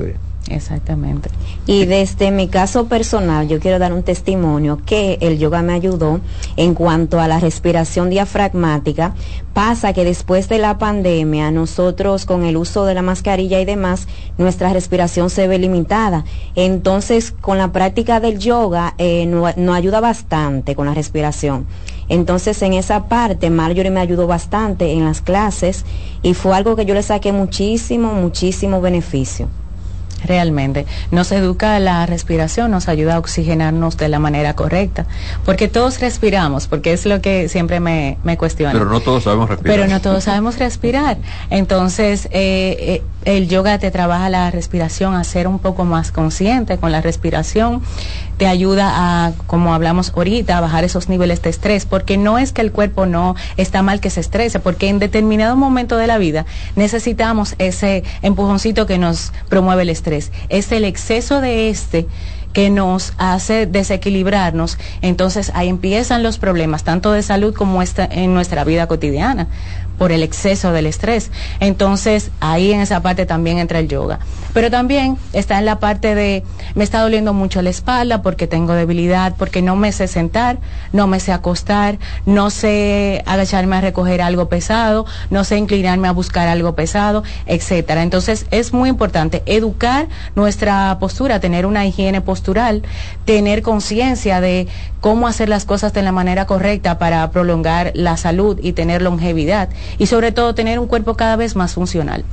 Exactamente. Y desde mi caso personal, yo quiero dar un testimonio que el yoga me ayudó en cuanto a la respiración diafragmática. Pasa que después de la pandemia, nosotros con el uso de la mascarilla y demás, nuestra respiración se ve limitada. Entonces, con la práctica del yoga, eh, nos, nos ayuda bastante con la respiración. Entonces, en esa parte, Marjorie me ayudó bastante en las clases y fue algo que yo le saqué muchísimo, muchísimo beneficio. Realmente, nos educa la respiración, nos ayuda a oxigenarnos de la manera correcta, porque todos respiramos, porque es lo que siempre me, me cuestiona. Pero no todos sabemos respirar. Pero no todos sabemos respirar. Entonces, eh, eh, el yoga te trabaja la respiración, a ser un poco más consciente con la respiración, te ayuda a, como hablamos ahorita, a bajar esos niveles de estrés, porque no es que el cuerpo no está mal que se estrese, porque en determinado momento de la vida necesitamos ese empujoncito que nos promueve el estrés. Es el exceso de este que nos hace desequilibrarnos, entonces ahí empiezan los problemas, tanto de salud como esta, en nuestra vida cotidiana, por el exceso del estrés. Entonces, ahí en esa parte también entra el yoga. Pero también está en la parte de, me está doliendo mucho la espalda porque tengo debilidad, porque no me sé sentar, no me sé acostar, no sé agacharme a recoger algo pesado, no sé inclinarme a buscar algo pesado, etcétera. Entonces, es muy importante educar nuestra postura, tener una higiene postural, tener conciencia de cómo hacer las cosas de la manera correcta para prolongar la salud y tener longevidad, y sobre todo tener un cuerpo cada vez más funcional.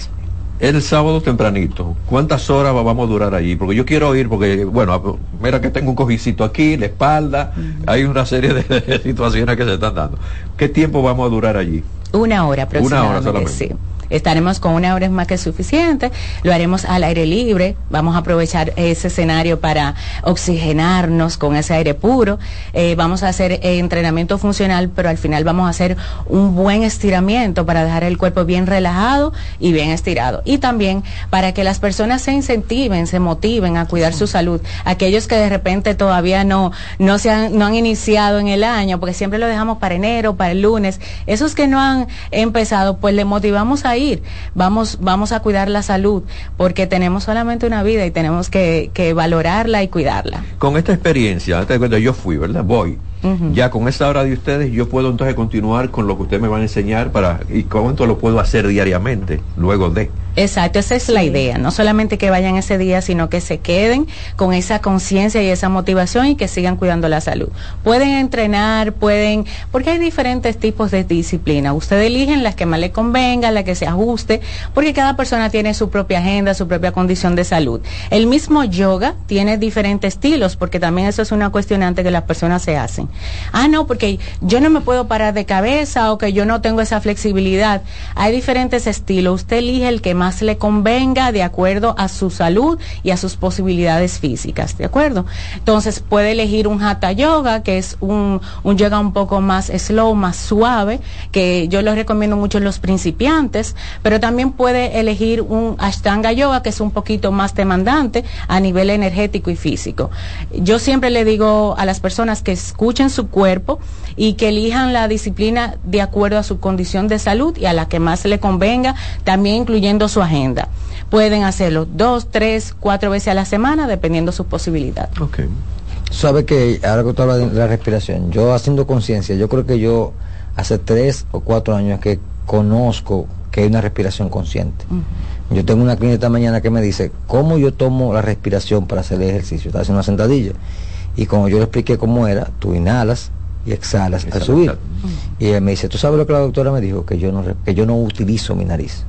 El sábado tempranito, ¿cuántas horas vamos a durar allí? Porque yo quiero ir, porque, bueno, mira que tengo un cojicito aquí, la espalda, uh-huh. Hay una serie de situaciones que se están dando. ¿Qué tiempo vamos a durar allí? Una hora aproximadamente. Una hora solamente. Sí. Estaremos con una hora es más que suficiente, lo haremos al aire libre, vamos a aprovechar ese escenario para oxigenarnos con ese aire puro, eh, vamos a hacer eh, entrenamiento funcional, pero al final vamos a hacer un buen estiramiento para dejar el cuerpo bien relajado y bien estirado, y también para que las personas se incentiven, se motiven a cuidar su salud, aquellos que de repente todavía no, no, se han, no han iniciado en el año, porque siempre lo dejamos para enero, para el lunes, esos que no han empezado, pues le motivamos a ir, vamos, vamos a cuidar la salud, porque tenemos solamente una vida y tenemos que, que valorarla y cuidarla. Con esta experiencia, antes de cuando yo fui, ¿verdad? Voy. Uh-huh. Ya con esta hora de ustedes, yo puedo entonces continuar con lo que ustedes me van a enseñar para, y cuánto lo puedo hacer diariamente, luego de. Exacto, esa es sí. la idea, no solamente que vayan ese día, sino que se queden con esa conciencia y esa motivación y que sigan cuidando la salud. Pueden entrenar, pueden, porque hay diferentes tipos de disciplina, ustedes eligen las que más les convenga, la que se ajuste, porque cada persona tiene su propia agenda, su propia condición de salud. El mismo yoga tiene diferentes estilos, porque también eso es una cuestionante que las personas se hacen. Ah, no, porque yo no me puedo parar de cabeza o que yo no tengo esa flexibilidad. Hay diferentes estilos, usted elige el que más le convenga de acuerdo a su salud y a sus posibilidades físicas, ¿de acuerdo? Entonces puede elegir un Hatha Yoga, que es un, un yoga un poco más slow, más suave, que yo lo recomiendo mucho en los principiantes, pero también puede elegir un Ashtanga Yoga, que es un poquito más demandante a nivel energético y físico. Yo siempre le digo a las personas que escuchen su cuerpo y que elijan la disciplina de acuerdo a su condición de salud y a la que más le convenga, también incluyendo su agenda. Pueden hacerlo dos, tres, cuatro veces a la semana, dependiendo de su posibilidad. Okay. Sabe que ahora que usted habla de la respiración, yo haciendo conciencia, yo creo que yo hace tres o cuatro años que conozco que hay una respiración consciente. Uh-huh. Yo tengo una clínica esta mañana que me dice cómo yo tomo la respiración para hacer el ejercicio. Estaba haciendo una sentadilla y como yo le expliqué cómo era, tú inhalas y exhalas al subir. Uh-huh. Y ella me dice, ¿tú sabes lo que la doctora me dijo? Que yo no, que yo no utilizo mi nariz.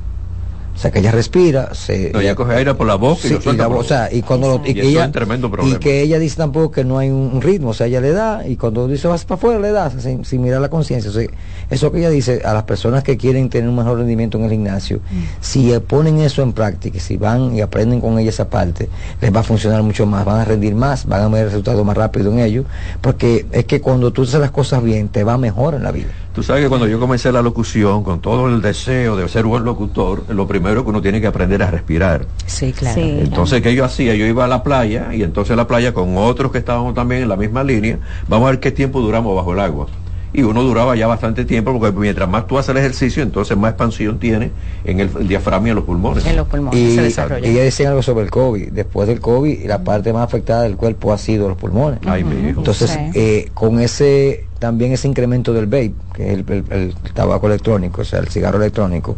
O sea, que ella respira, se, no, ella coge aire por la boca y sí, lo suelta y, la, por o sea, y cuando lo, y, y que eso ella, es un tremendo problema. Y que ella dice tampoco que no hay un, un ritmo, o sea, ella le da y cuando dice vas para afuera le das sin, sin mirar la conciencia. O sea, eso que ella dice a las personas que quieren tener un mejor rendimiento en el gimnasio, mm. si ponen eso en práctica, si van y aprenden con ella esa parte, les va a funcionar mucho más, van a rendir más, van a ver resultados más rápido en ello, porque es que cuando tú haces las cosas bien, te va mejor en la vida. Tú sabes que cuando yo comencé la locución, con todo el deseo de ser buen locutor, lo primero que uno tiene que aprender es a respirar. Sí, claro. Sí, entonces, ¿qué yo hacía? Yo iba a la playa, y entonces a la playa con otros que estábamos también en la misma línea, vamos a ver qué tiempo duramos bajo el agua. y uno duraba ya bastante tiempo, porque mientras más tú haces el ejercicio, entonces más expansión tiene en el, el diafragma y en los pulmones. En los pulmones y, se desarrolla. Y ella decía algo sobre el COVID. Después del COVID, la parte más afectada del cuerpo ha sido los pulmones. Ay, mi hijo. Entonces, Sí. eh, con ese, también ese incremento del vape, que es el, el- el tabaco electrónico, o sea, el cigarro electrónico,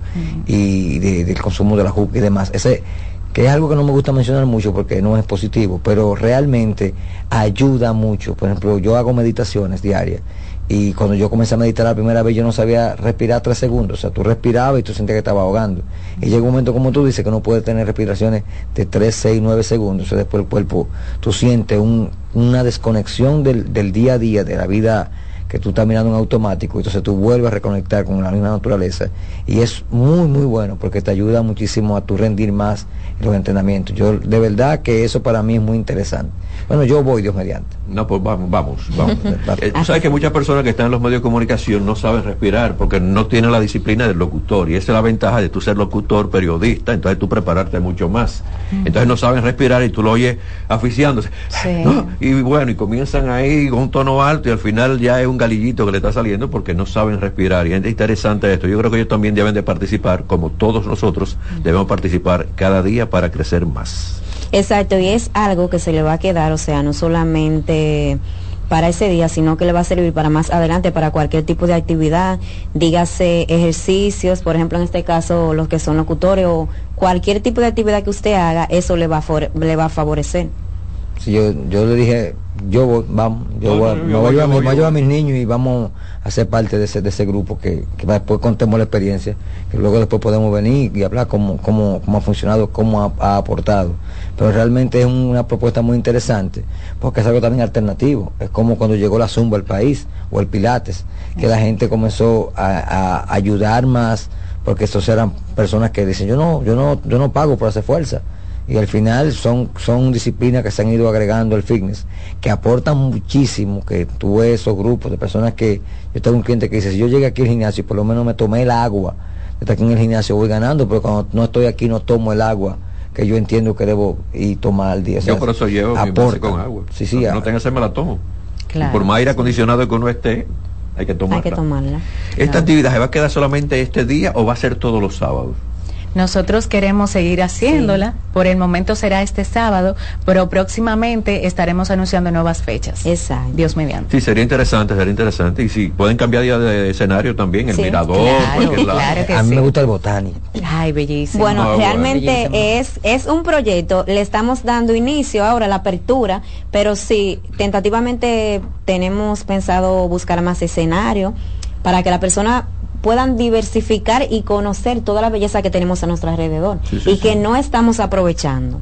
y de- del consumo de la juca y demás, ese que es algo que no me gusta mencionar mucho porque no es positivo, pero realmente ayuda mucho. Por ejemplo, yo hago meditaciones diarias, y cuando yo comencé a meditar la primera vez yo no sabía respirar tres segundos, o sea, tú respirabas y tú sentías que estaba ahogando, y llega un momento, como tú dices, que no puedes tener respiraciones de tres, seis, nueve segundos, o sea, después el cuerpo, tú sientes un, una desconexión del, del día a día, de la vida que tú estás mirando en automático, entonces tú vuelves a reconectar con la misma naturaleza, y es muy muy bueno porque te ayuda muchísimo a tu rendir más en los entrenamientos. Yo de verdad que eso para mí es muy interesante. Bueno, yo voy, Dios mediante. No, pues vamos, vamos, vamos. Eh, tú sabes que muchas personas que están en los medios de comunicación no saben respirar porque no tienen la disciplina del locutor, y esa es la ventaja de tú ser locutor, periodista, entonces tú prepararte mucho más. Entonces no saben respirar y tú lo oyes asfixiándose. Sí. ¿No? Y bueno, y comienzan ahí con un tono alto y al final ya es un galillito que le está saliendo porque no saben respirar. Y es interesante esto. Yo creo que ellos también deben de participar, como todos nosotros debemos participar cada día para crecer más. Exacto, y es algo que se le va a quedar, o sea, no solamente para ese día, sino que le va a servir para más adelante, para cualquier tipo de actividad, dígase ejercicios, por ejemplo, en este caso, los que son locutores, o cualquier tipo de actividad que usted haga, eso le va a, for- le va a favorecer. Si yo, yo le dije, yo voy, vamos, yo No, voy, no, me yo voy a voy, llevar, yo me voy, voy a yo llevar a voy. mis niños y vamos a ser parte de ese, de ese grupo que, que después contemos la experiencia, que luego después podemos venir y hablar cómo, cómo, cómo ha funcionado, cómo ha, ha aportado. Pero realmente es una propuesta muy interesante, porque es algo también alternativo. Es como cuando llegó la Zumba al país, o el Pilates, que la gente comenzó a, a ayudar más, porque estos eran personas que dicen, yo no, yo no, yo no pago por hacer fuerza. Y al final son, son disciplinas que se han ido agregando al fitness, que aportan muchísimo, que tú ves esos grupos de personas que, yo tengo un cliente que dice, si yo llegué aquí al gimnasio y por lo menos me tomé el agua, desde aquí en el gimnasio voy ganando, pero cuando no estoy aquí no tomo el agua que yo entiendo que debo ir tomar al día. O sea, Yo por eso llevo mi aporta. base con agua. Sí, sí, no, a- no tenga ese me la tomo. Claro. Por más aire acondicionado que uno esté, hay que tomarla. Hay que tomarla. ¿Esta actividad se va a quedar solamente este día o va a ser todos los sábados? Nosotros queremos seguir haciéndola, por el momento será este sábado, pero próximamente estaremos anunciando nuevas fechas. Exacto. Dios mediante. Sí, sería interesante, sería interesante. Y si pueden cambiar ya de escenario también, el Sí, mirador, claro, cualquier lado. claro que a mí sí. me gusta el botánico. Ay, bellísimo. Bueno, Ah, bueno. realmente Bellísimo. es, es un proyecto, le estamos dando inicio ahora, la apertura, pero sí, tentativamente tenemos pensado buscar más escenario para que la persona puedan diversificar y conocer toda la belleza que tenemos a nuestro alrededor Sí, sí, y sí. que no estamos aprovechando.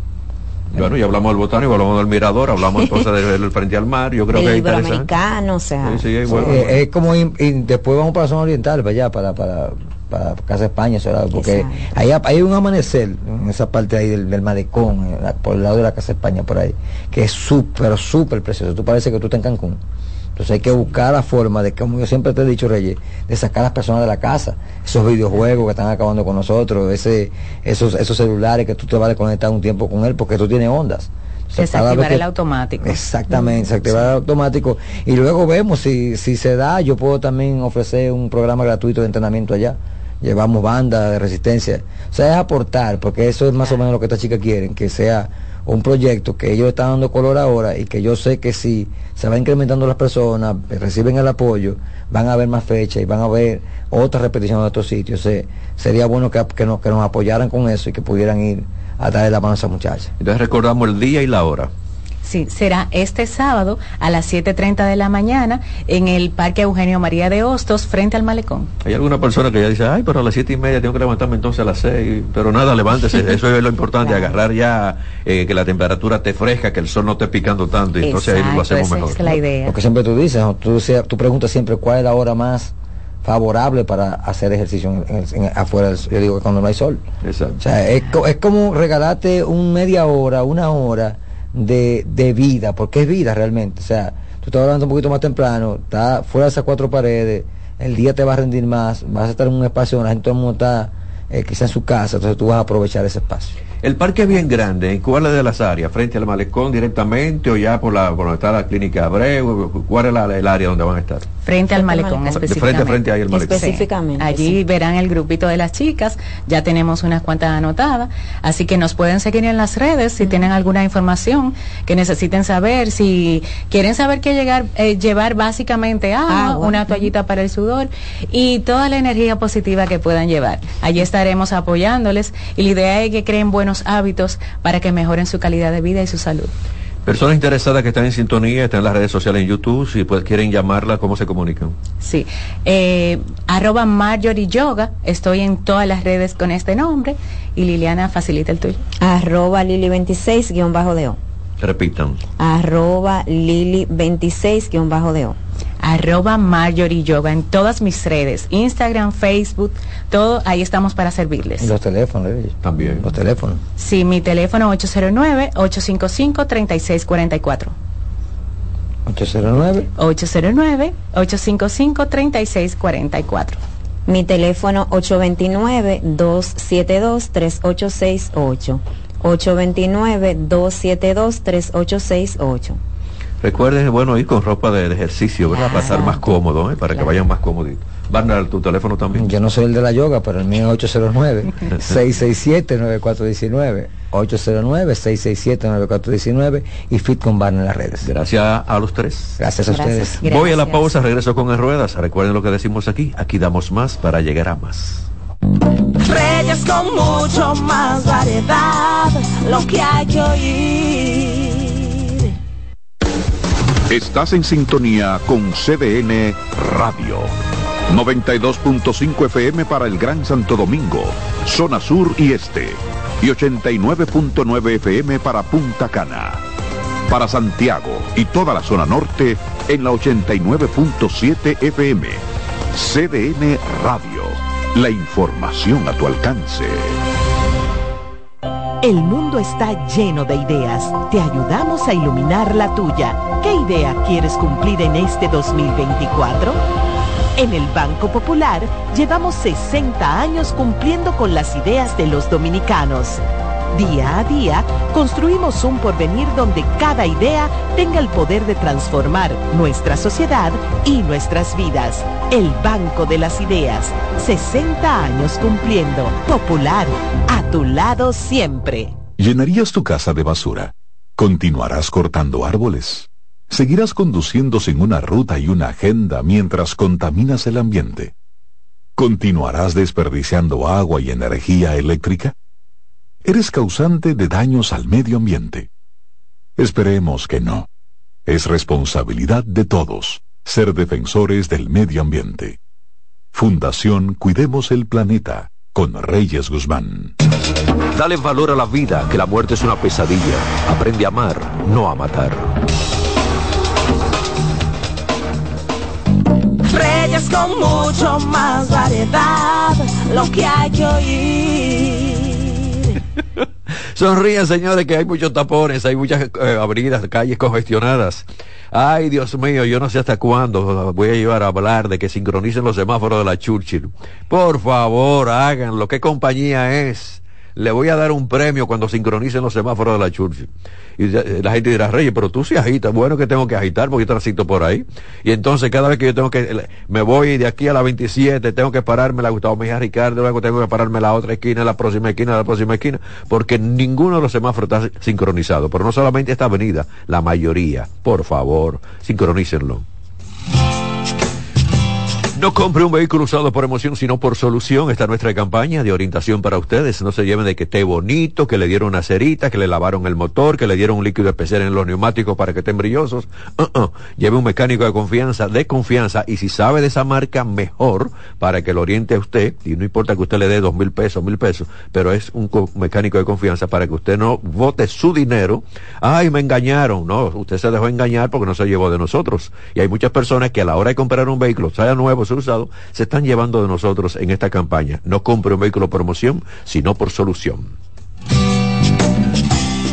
Bueno, ya hablamos del botánico, hablamos del mirador, hablamos entonces del, del frente al mar. Yo creo El que es iberoamericano, interesante. o sea, Sí, sí, es Sí, bueno, eh, bueno. es como ir- y después vamos para la zona oriental, para allá, para, para, para Casa España, eso era, porque Exacto. ahí ha- hay un amanecer en esa parte ahí del, del malecón, en la- por el lado de la Casa España, por ahí, que es súper, súper precioso. Tú parece que tú estás en Cancún. Entonces hay que buscar la forma de, como yo siempre te he dicho, Reyes, de sacar a las personas de la casa, esos videojuegos que están acabando con nosotros, ese, esos, esos celulares que tú te vas a desconectar un tiempo con él, porque tú tienes ondas. O sea, cada vez Desactivar que- el automático. Exactamente, desactivar el automático. Y luego vemos si, si se da, yo puedo también ofrecer un programa gratuito de entrenamiento allá. Llevamos banda de resistencia. O sea, es aportar, porque eso es más o menos lo que estas chicas quieren, que sea un proyecto que ellos están dando color ahora y que yo sé que si se va incrementando las personas, reciben el apoyo, van a haber más fechas y van a haber otras repeticiones de otros sitios. O sea, sería bueno que, que, nos, que nos apoyaran con eso y que pudieran ir a darle la mano a esa muchacha. Entonces recordamos el día y la hora. Sí, será este sábado a las siete treinta de la mañana en el Parque Eugenio María de Hostos, frente al malecón. Hay alguna persona que ya dice, ay, pero a las siete y media tengo que levantarme entonces a las seis. Pero nada, levántese. Eso es lo importante, Claro. agarrar ya eh, que la temperatura esté fresca, que el sol no esté picando tanto. Y entonces ahí lo Exacto, hacemos esa mejor. es la idea. Lo que siempre tú dices, ¿no? tú, decías- tú preguntas siempre cuál es la hora más favorable para hacer ejercicio en- en- en- afuera del sol. Yo digo que cuando no hay sol. Exacto. O sea, es, co- es como regalarte un media hora, una hora de, de vida, porque es vida realmente. O sea, tú estás hablando un poquito más temprano, estás fuera de esas cuatro paredes, el día te va a rendir más, vas a estar en un espacio donde la gente todo el mundo está eh, quizá en su casa, entonces tú vas a aprovechar ese espacio. El parque es bien grande. ¿En cuál es de las áreas? ¿Frente al malecón directamente o ya por la por donde está la clínica Abreu? ¿Cuál es la- el área donde van a estar? Frente al malecón, específicamente. Frente, frente ahí al malecón. Específicamente. Sí. Allí sí. Verán el grupito de las chicas, ya tenemos unas cuantas anotadas, así que nos pueden seguir en las redes si uh-huh. tienen alguna información que necesiten saber, si quieren saber qué llegar, eh, llevar básicamente agua, agua, una toallita uh-huh. para el sudor y toda la energía positiva que puedan llevar. Allí estaremos apoyándoles y la idea es que creen buenos hábitos para que mejoren su calidad de vida y su salud. Personas interesadas que están en sintonía, están en las redes sociales en YouTube, si pues quieren llamarla, ¿cómo se comunican? Sí, eh, arroba Marjorie Yoga, estoy en todas las redes con este nombre, y Liliana facilita el tuyo. Arroba Lili veintiséis guión bajo de O. Repitan. Arroba Lili veintiséis guión bajo de O. Arroba Marjorie Yoga en todas mis redes, Instagram, Facebook, todo, ahí estamos para servirles. Y los teléfonos, ¿eh? También. Los teléfonos. Sí, mi teléfono ocho cero nueve, ocho cinco cinco, tres seis cuatro cuatro. ocho cero nueve. ocho cero nueve, ocho cinco cinco, tres seis cuatro cuatro. Mi teléfono ocho dos nueve, dos siete dos, tres ocho seis ocho. ocho dos nueve, dos siete dos, tres ocho seis ocho. Recuerden, bueno, ir con ropa de, de ejercicio, ¿verdad? Para estar más cómodo, ¿eh? Para claro. que vayan más cómoditos. Barnard, tu teléfono también. Yo no soy el de la yoga, pero el mío es ocho cero nueve, seis seis siete, nueve cuatro uno nueve. ocho cero nueve, seis seis siete, nueve cuatro uno nueve y Fit con Barnard en las redes. Gracias a los tres. Gracias a Gracias. ustedes. Gracias. Voy a la pausa, regreso con En Ruedas. Recuerden lo que decimos aquí. Aquí damos más para llegar a más. Reyes con mucho más variedad, lo que hay que oír. Estás en sintonía con C D N Radio. noventa y dos punto cinco F M para el Gran Santo Domingo, zona sur y este. Y ochenta y nueve punto nueve F M para Punta Cana. Para Santiago y toda la zona norte en la ochenta y nueve punto siete F M. C D N Radio. La información a tu alcance. El mundo está lleno de ideas. Te ayudamos a iluminar la tuya. ¿Qué idea quieres cumplir en este dos mil veinticuatro? En el Banco Popular llevamos sesenta años cumpliendo con las ideas de los dominicanos. Día a día, construimos un porvenir donde cada idea tenga el poder de transformar nuestra sociedad y nuestras vidas. El Banco de las Ideas, sesenta años cumpliendo. Popular, a tu lado siempre. ¿Llenarías tu casa de basura? ¿Continuarás cortando árboles? ¿Seguirás conduciendo sin una ruta y una agenda mientras contaminas el ambiente? ¿Continuarás desperdiciando agua y energía eléctrica? ¿Eres causante de daños al medio ambiente? Esperemos que no. Es responsabilidad de todos ser defensores del medio ambiente. Fundación Cuidemos el Planeta, con Reyes Guzmán. Dale valor a la vida, que la muerte es una pesadilla. Aprende a amar, no a matar. Reyes con mucho más variedad, lo que hay que oír. Sonríen, señores, que hay muchos tapones, hay muchas eh, avenidas, calles congestionadas. Ay, Dios mío, yo no sé hasta cuándo voy a llevar a hablar de que sincronicen los semáforos de la Churchill. Por favor, háganlo. ¿Qué compañía es? Le voy a dar un premio cuando sincronicen los semáforos de la Churchill. Y la gente dirá, Reyes, pero tú sí agitas. Bueno, que tengo que agitar porque yo transito por ahí. Y entonces cada vez que yo tengo que, me voy de aquí a la veintisiete, tengo que pararme la Gustavo Mejía Ricardo, luego tengo que pararme la otra esquina, la próxima esquina, la próxima esquina, porque ninguno de los semáforos está sincronizado. Pero no solamente esta avenida, la mayoría. Por favor, sincronícenlo. No compre un vehículo usado por emoción, sino por solución. Esta es nuestra campaña de orientación para ustedes. No se lleven de que esté bonito, que le dieron una cerita, que le lavaron el motor, que le dieron un líquido especial en los neumáticos para que estén brillosos. Uh-uh. Lleve un mecánico de confianza, de confianza, y si sabe de esa marca, mejor, para que lo oriente a usted. Y no importa que usted le dé dos mil pesos, mil pesos, pero es un co- mecánico de confianza para que usted no bote su dinero. Ay, me engañaron. No, usted se dejó engañar porque no se llevó de nosotros. Y hay muchas personas que a la hora de comprar un vehículo, sea nuevo, sea usado, se están llevando de nosotros en esta campaña. No compre un vehículo por emoción, sino por solución.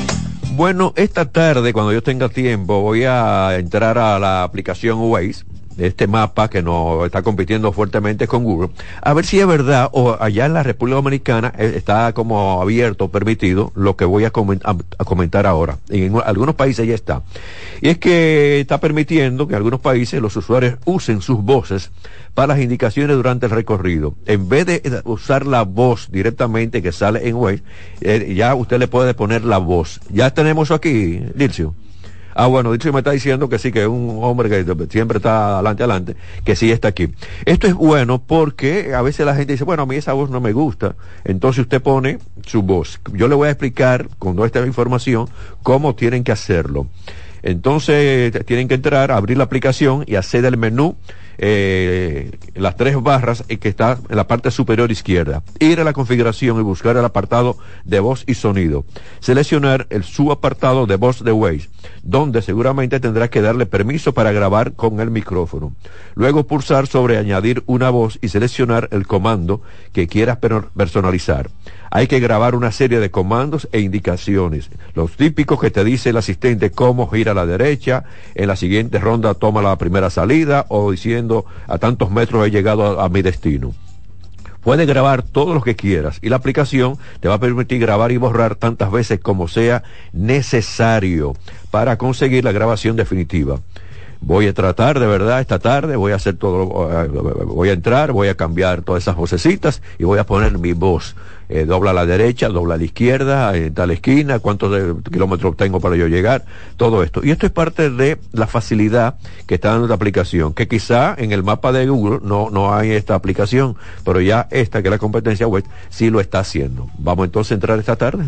Bueno, esta tarde, cuando yo tenga tiempo, voy a entrar a la aplicación Waze este mapa que nos está compitiendo fuertemente con Google, a ver si es verdad o allá en la República Dominicana eh, está como abierto, permitido, lo que voy a, coment a, a comentar ahora. En algunos países ya está. Y es que está permitiendo que en algunos países los usuarios usen sus voces para las indicaciones durante el recorrido. En vez de usar la voz directamente que sale en Waze, eh, ya usted le puede poner la voz. Ya tenemos eso aquí, Dilcio. Ah, bueno, Dilcio me está diciendo que sí, que es un hombre que siempre está adelante, adelante, que sí está aquí. Esto es bueno porque a veces la gente dice, bueno, a mí esa voz no me gusta. Entonces usted pone su voz. Yo le voy a explicar con toda esta información cómo tienen que hacerlo. Entonces tienen que entrar, abrir la aplicación y hacer el menú, eh, las tres barras que está en la parte superior izquierda. Ir a la configuración y buscar el apartado de voz y sonido. Seleccionar el subapartado de voz de Waze, donde seguramente tendrá que darle permiso para grabar con el micrófono. Luego pulsar sobre añadir una voz y seleccionar el comando que quieras personalizar. Hay que grabar una serie de comandos e indicaciones, los típicos que te dice el asistente, cómo gira a la derecha, en la siguiente ronda toma la primera salida, o diciendo a tantos metros he llegado a, a mi destino. Puedes grabar todo lo que quieras y la aplicación te va a permitir grabar y borrar tantas veces como sea necesario para conseguir la grabación definitiva. Voy a tratar de verdad esta tarde, voy a hacer todo, voy a entrar, voy a cambiar todas esas vocecitas y voy a poner mi voz. Eh, dobla a la derecha, dobla a la izquierda, en tal esquina, cuántos de, kilómetros tengo para yo llegar, todo esto. Y esto es parte de la facilidad que está dando esta aplicación, que quizá en el mapa de Google no, no hay esta aplicación, pero ya esta, que es la competencia web, sí lo está haciendo. Vamos entonces a entrar esta tarde.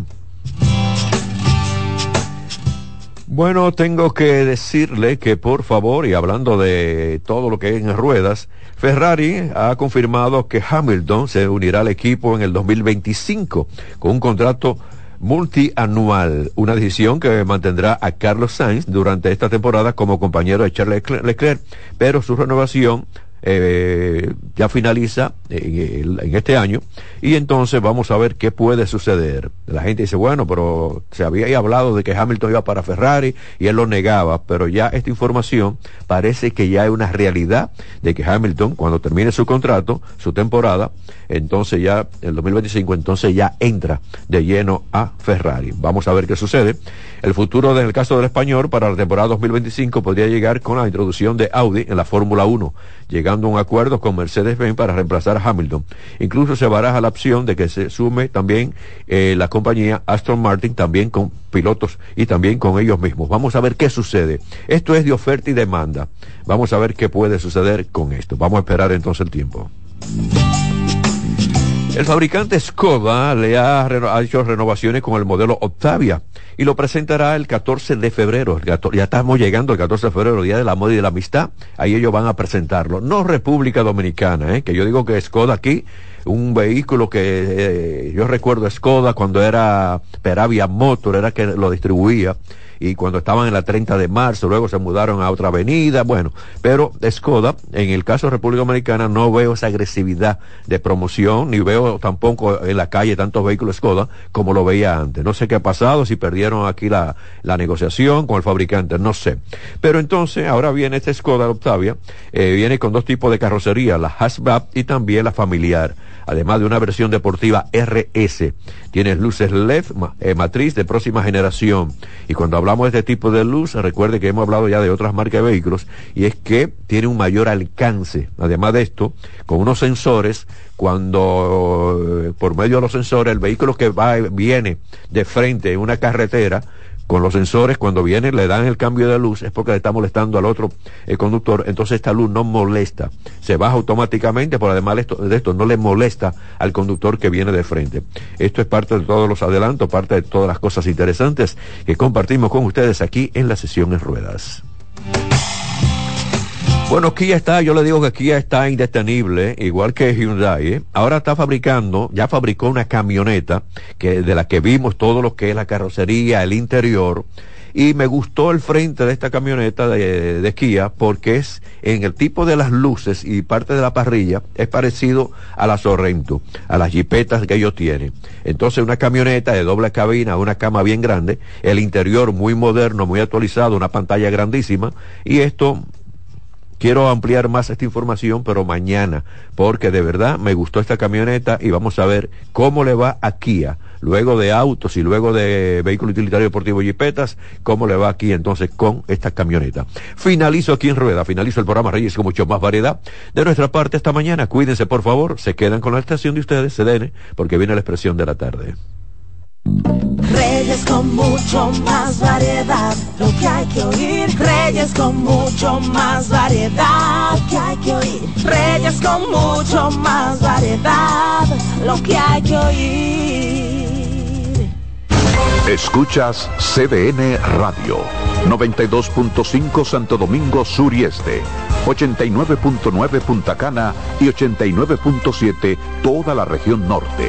Bueno, tengo que decirle que por favor, y hablando de todo lo que hay en ruedas, Ferrari ha confirmado que Hamilton se unirá al equipo en el dos mil veinticinco con un contrato multianual, una decisión que mantendrá a Carlos Sainz durante esta temporada como compañero de Charles Leclerc, pero su renovación Eh, ya finaliza en, en este año y entonces vamos a ver qué puede suceder. La gente dice, bueno, pero se había hablado de que Hamilton iba para Ferrari y él lo negaba, pero ya esta información parece que ya hay una realidad de que Hamilton, cuando termine su contrato, su temporada, entonces ya el dos mil veinticinco, entonces ya entra de lleno a Ferrari. Vamos a ver qué sucede. El futuro del caso del español para la temporada dos mil veinticinco podría llegar con la introducción de Audi en la Fórmula uno, llegando a un acuerdo con Mercedes-Benz para reemplazar a Hamilton. Incluso se baraja la opción de que se sume también eh, la compañía Aston Martin, también con pilotos y también con ellos mismos. Vamos a ver qué sucede. Esto es de oferta y demanda. Vamos a ver qué puede suceder con esto. Vamos a esperar entonces el tiempo. El fabricante Skoda le ha, ha hecho renovaciones con el modelo Octavia y lo presentará el catorce de febrero. El catorce, ya estamos llegando al catorce de febrero, Día del Amor y de la Amistad. Ahí ellos van a presentarlo. No República Dominicana, ¿eh? Que yo digo que Skoda aquí, un vehículo que eh, yo recuerdo Skoda cuando era Peravia Motor, era que lo distribuía. Y cuando estaban en la treinta de marzo, luego se mudaron a otra avenida, bueno, pero Skoda, en el caso de República Dominicana, no veo esa agresividad de promoción, ni veo tampoco en la calle tantos vehículos Skoda como lo veía antes. No sé qué ha pasado, si perdieron aquí la, la negociación con el fabricante, no sé. Pero entonces, ahora viene este Skoda Octavia, eh, viene con dos tipos de carrocería, la hatchback y también la familiar, además de una versión deportiva R S. Tiene luces L E D, eh, matriz de próxima generación. Y cuando hablamos de este tipo de luz, recuerde que hemos hablado ya de otras marcas de vehículos, y es que tiene un mayor alcance. Además de esto, con unos sensores, cuando eh, por medio de los sensores, el vehículo que va viene de frente en una carretera, con los sensores, cuando viene, le dan el cambio de luz, es porque le está molestando al otro el conductor, entonces esta luz no molesta, se baja automáticamente, por además esto, de esto no le molesta al conductor que viene de frente. Esto es parte de todos los adelantos, parte de todas las cosas interesantes que compartimos con ustedes aquí en la sesión en ruedas. Bueno, Kia está, yo le digo que Kia está indetenible, igual que Hyundai, ¿eh? Ahora está fabricando, ya fabricó una camioneta que de la que vimos todo lo que es la carrocería, el interior, y me gustó el frente de esta camioneta de, de Kia porque es en el tipo de las luces y parte de la parrilla es parecido a la Sorrento, a las jipetas que ellos tienen. Entonces una camioneta de doble cabina, una cama bien grande, el interior muy moderno, muy actualizado, una pantalla grandísima, y esto quiero ampliar más esta información, pero mañana, porque de verdad me gustó esta camioneta y vamos a ver cómo le va a Kia, luego de autos y luego de vehículos utilitarios deportivos y jipetas, cómo le va aquí entonces con esta camioneta. Finalizo aquí en Rueda, finalizo el programa Reyes con mucho más variedad. De nuestra parte esta mañana, cuídense por favor, se quedan con la estación de ustedes, C D N, porque viene la expresión de la tarde. Reyes con mucho más variedad, lo que hay que oír. Reyes con mucho más variedad, lo que hay que oír. Reyes con mucho más variedad, lo que hay que oír. Escuchas C D N Radio, noventa y dos punto cinco Santo Domingo Sur y Este, ochenta y nueve punto nueve Punta Cana y ochenta y nueve punto siete toda la región norte.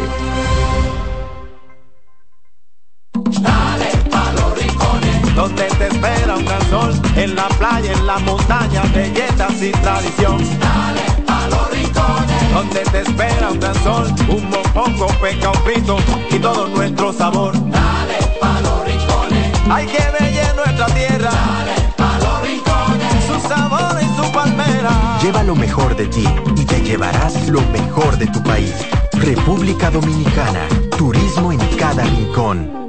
Dale pa' los rincones, donde te espera un gran sol, en la playa, en la montaña, belletas y tradición. Dale pa' los rincones, donde te espera un gran sol, un mopongo, peca, un frito y todo nuestro sabor. Dale pa' los rincones, hay que ver nuestra tierra. Dale pa' los rincones, su sabor y su palmera. Lleva lo mejor de ti y te llevarás lo mejor de tu país. República Dominicana, turismo en cada rincón.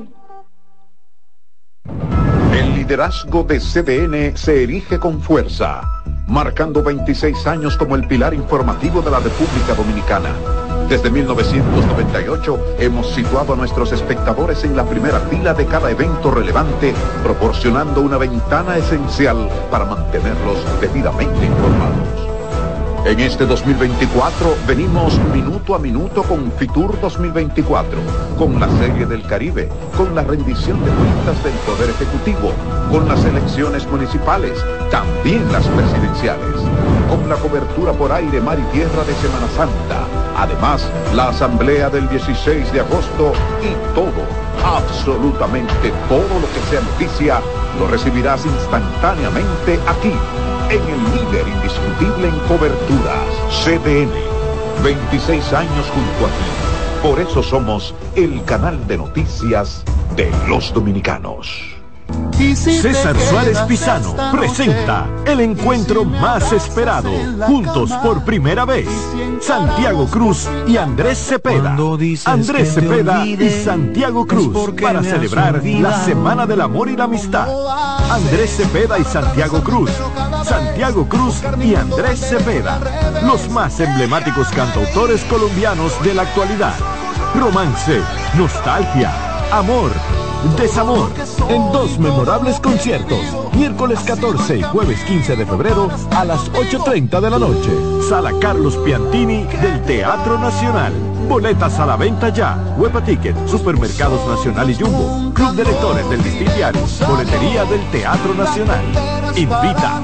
El liderazgo de C D N se erige con fuerza, marcando veintiséis años como el pilar informativo de la República Dominicana. Desde mil novecientos noventa y ocho hemos situado a nuestros espectadores en la primera fila de cada evento relevante, proporcionando una ventana esencial para mantenerlos debidamente informados. En este dos mil veinticuatro venimos minuto a minuto con Fitur dos mil veinticuatro, con la Serie del Caribe, con la rendición de cuentas del Poder Ejecutivo, con las elecciones municipales, también las presidenciales, con la cobertura por aire, mar y tierra de Semana Santa, además la asamblea del dieciséis de agosto y todo, absolutamente todo lo que sea noticia, lo recibirás instantáneamente aquí, en el líder indiscutible en coberturas, C D N. veintiséis años junto a ti. Por eso somos el canal de noticias de los dominicanos. César Suárez Pisano presenta el encuentro más esperado, juntos por primera vez, Santiago Cruz y Andrés Cepeda. Andrés Cepeda y Santiago Cruz para celebrar la Semana del Amor y la Amistad. Andrés Cepeda y Santiago Cruz. Santiago Cruz y Andrés Cepeda, los más emblemáticos cantautores colombianos de la actualidad. Romance, nostalgia, amor, desamor, en dos memorables conciertos, miércoles catorce y jueves quince de febrero a las ocho y media de la noche, Sala Carlos Piantini del Teatro Nacional. Boletas a la venta ya, Huepa Ticket, Supermercados Nacional y Jumbo, Club de Lectores del Distritiario, Boletería del Teatro Nacional. Invita.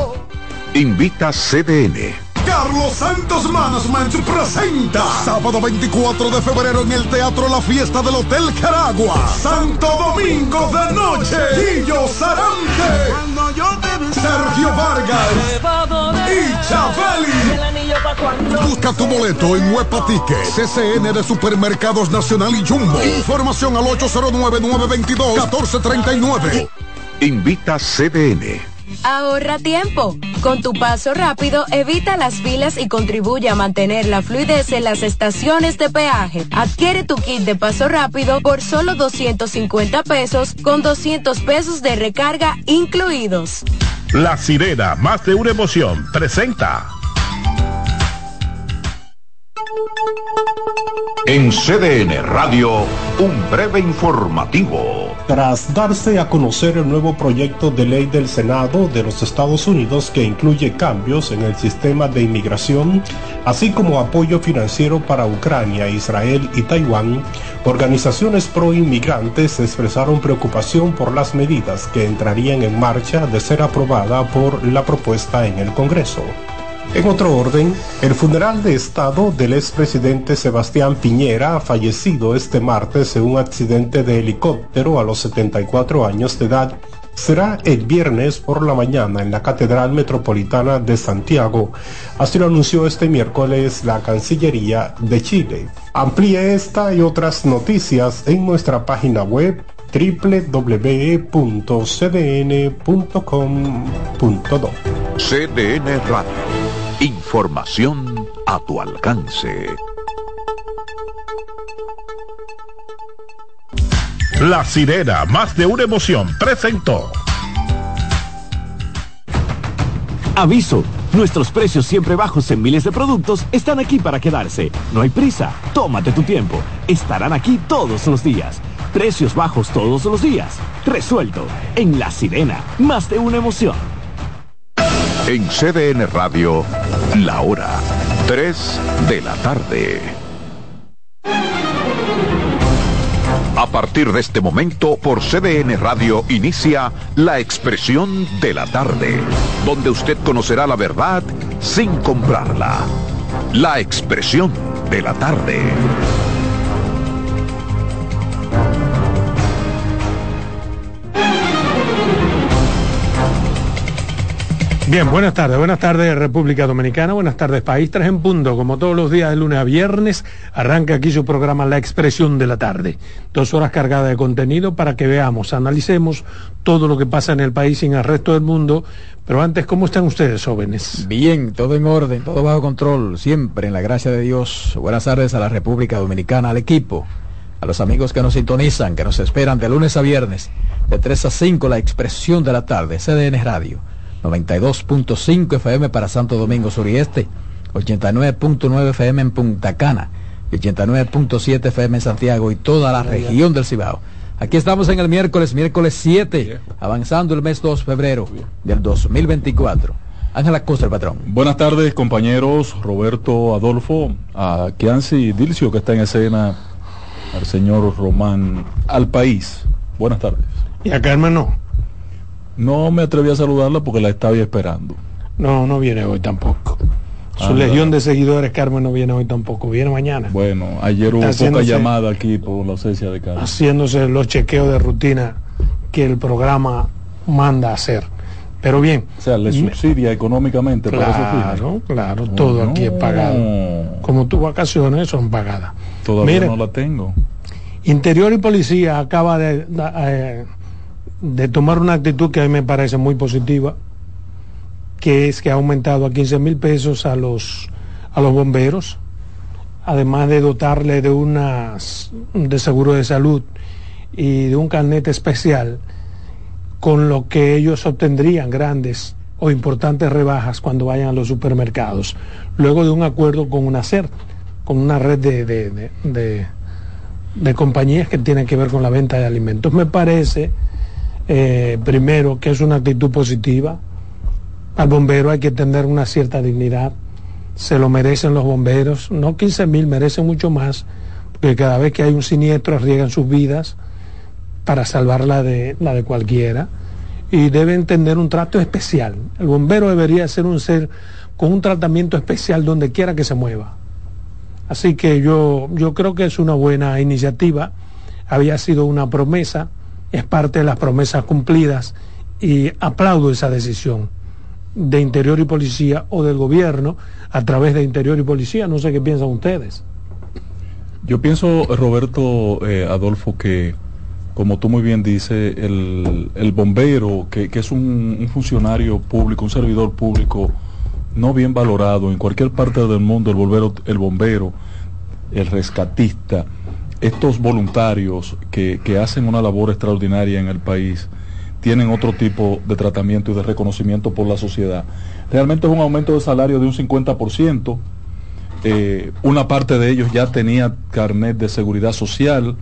Invita C D N. Carlos Santos Management presenta sábado veinticuatro de febrero en el Teatro La Fiesta del Hotel Caragua, Santo Domingo de Noche, Guillo Sarante, Sergio Vargas y Chabeli. Busca tu boleto en Huepa Ticket, C C N de Supermercados Nacional y Jumbo. Información al ocho cero nueve, nueve dos dos, uno cuatro tres nueve. Invita C D N. Ahorra tiempo. Con tu paso rápido, evita las filas y contribuye a mantener la fluidez en las estaciones de peaje. Adquiere tu kit de paso rápido por solo doscientos cincuenta pesos con doscientos pesos de recarga incluidos. La Sirena, más de una emoción, presenta. En C D N Radio, un breve informativo. Tras darse a conocer el nuevo proyecto de ley del Senado de los Estados Unidos que incluye cambios en el sistema de inmigración, así como apoyo financiero para Ucrania, Israel y Taiwán, organizaciones pro-inmigrantes expresaron preocupación por las medidas que entrarían en marcha de ser aprobada por la propuesta en el Congreso. En otro orden, el funeral de Estado del expresidente Sebastián Piñera, fallecido este martes en un accidente de helicóptero a los setenta y cuatro años de edad, será el viernes por la mañana en la Catedral Metropolitana de Santiago. Así lo anunció este miércoles la Cancillería de Chile. Amplíe esta y otras noticias en nuestra página web doble u doble u doble u punto c d n punto com punto do. C D N Radio. Información a tu alcance. La Sirena, más de una emoción, presentó. Aviso, nuestros precios siempre bajos en miles de productos están aquí para quedarse. No hay prisa, tómate tu tiempo. Estarán aquí todos los días. Precios bajos todos los días. Resuelto. En La Sirena, más de una emoción. En C D N Radio, la hora tres de la tarde. A partir de este momento, por C D N Radio inicia La Expresión de la Tarde, donde usted conocerá la verdad sin comprarla. La Expresión de la Tarde. Bien, buenas tardes, buenas tardes República Dominicana, buenas tardes país, tres en punto, como todos los días de lunes a viernes, arranca aquí su programa La Expresión de la Tarde, dos horas cargadas de contenido para que veamos, analicemos todo lo que pasa en el país y en el resto del mundo, pero antes, ¿cómo están ustedes, jóvenes? Bien, todo en orden, todo bajo control, siempre en la gracia de Dios. Buenas tardes a la República Dominicana, al equipo, a los amigos que nos sintonizan, que nos esperan de lunes a viernes, de tres a cinco, La Expresión de la Tarde, C D N Radio. noventa y dos punto cinco F M para Santo Domingo Sur y Este, ochenta y nueve punto nueve F M en Punta Cana y ochenta y nueve punto siete F M en Santiago y toda la región del Cibao. Aquí estamos en el miércoles, miércoles siete, avanzando el mes dos de febrero del dos mil veinticuatro. Ángela Costa, el patrón. Buenas tardes, compañeros, Roberto, Adolfo, a Kianci Dilcio, que está en escena, al señor Román, al país. Buenas tardes. Y a Carmen no. No me atreví a saludarla porque la estaba esperando. No, no viene hoy tampoco. Su Ah, legión no. de seguidores, Carmen, no viene hoy tampoco, viene mañana. Bueno, ayer hubo Está poca haciéndose- llamada aquí por la ausencia de Carmen. Haciéndose los chequeos de rutina que el programa manda a hacer. Pero bien. O sea, le subsidia económicamente para esos fines. Claro, claro, todo No. aquí es pagado. Como tus vacaciones son pagadas. Todavía Mire, no la tengo. Interior y Policía acaba de, de, eh, de tomar una actitud que a mí me parece muy positiva, que es que ha aumentado a quince mil pesos a los a los bomberos, además de dotarle de unas de seguro de salud y de un carnet especial, con lo que ellos obtendrían grandes o importantes rebajas cuando vayan a los supermercados, luego de un acuerdo con una C E R, con una red de, de, de, de, de compañías que tienen que ver con la venta de alimentos. Me parece, eh, primero, que es una actitud positiva. Al bombero hay que tener una cierta dignidad, se lo merecen los bomberos, no quince mil, merecen mucho más, porque cada vez que hay un siniestro arriesgan sus vidas para salvar la de, la de cualquiera, y deben tener un trato especial. El bombero debería ser un ser con un tratamiento especial donde quiera que se mueva. Así que yo, yo creo que es una buena iniciativa, había sido una promesa, es parte de las promesas cumplidas, y aplaudo esa decisión de Interior y Policía o del gobierno a través de Interior y Policía. No sé qué piensan ustedes. Yo pienso, Roberto, eh, Adolfo, que como tú muy bien dices, el, el bombero, que, que es un, un funcionario público, un servidor público no bien valorado en cualquier parte del mundo, el bombero, el bombero, el rescatista, estos voluntarios que, que hacen una labor extraordinaria en el país, tienen otro tipo de tratamiento y de reconocimiento por la sociedad. Realmente es un aumento de salario de un cincuenta por ciento. Eh, una parte de ellos ya tenía carnet de seguridad social,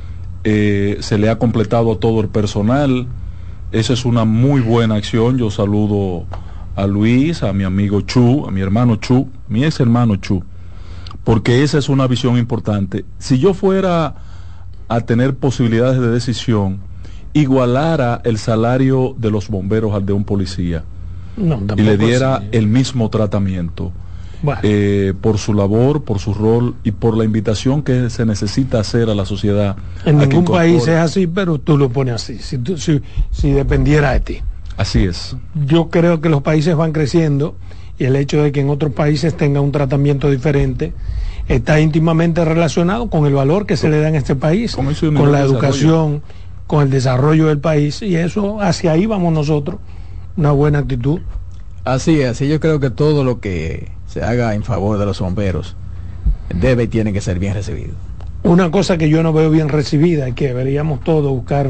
eh, se le ha completado a todo el personal. Esa es una muy buena acción. Yo saludo a Luis, a mi amigo Chu, a mi hermano Chu, mi ex hermano Chu, porque esa es una visión importante. Si yo fuera a tener posibilidades de decisión, igualara el salario de los bomberos al de un policía, No, y le diera así. el mismo tratamiento, Bueno. eh, por su labor, por su rol y por la invitación que se necesita hacer a la sociedad. En a que ningún incorpore. país es así, pero tú lo pones así, si, tú- si, si dependiera de ti. Así es. Yo creo que los países van creciendo y el hecho de que en otros países tenga un tratamiento diferente está íntimamente relacionado con el valor que se le da en este país, con, nivel la de educación, con el desarrollo del país, y eso hacia ahí vamos nosotros, una buena actitud. Así es, así yo creo que todo lo que se haga en favor de los bomberos debe y tiene que ser bien recibido. Una cosa que yo no veo bien recibida y que deberíamos todos buscar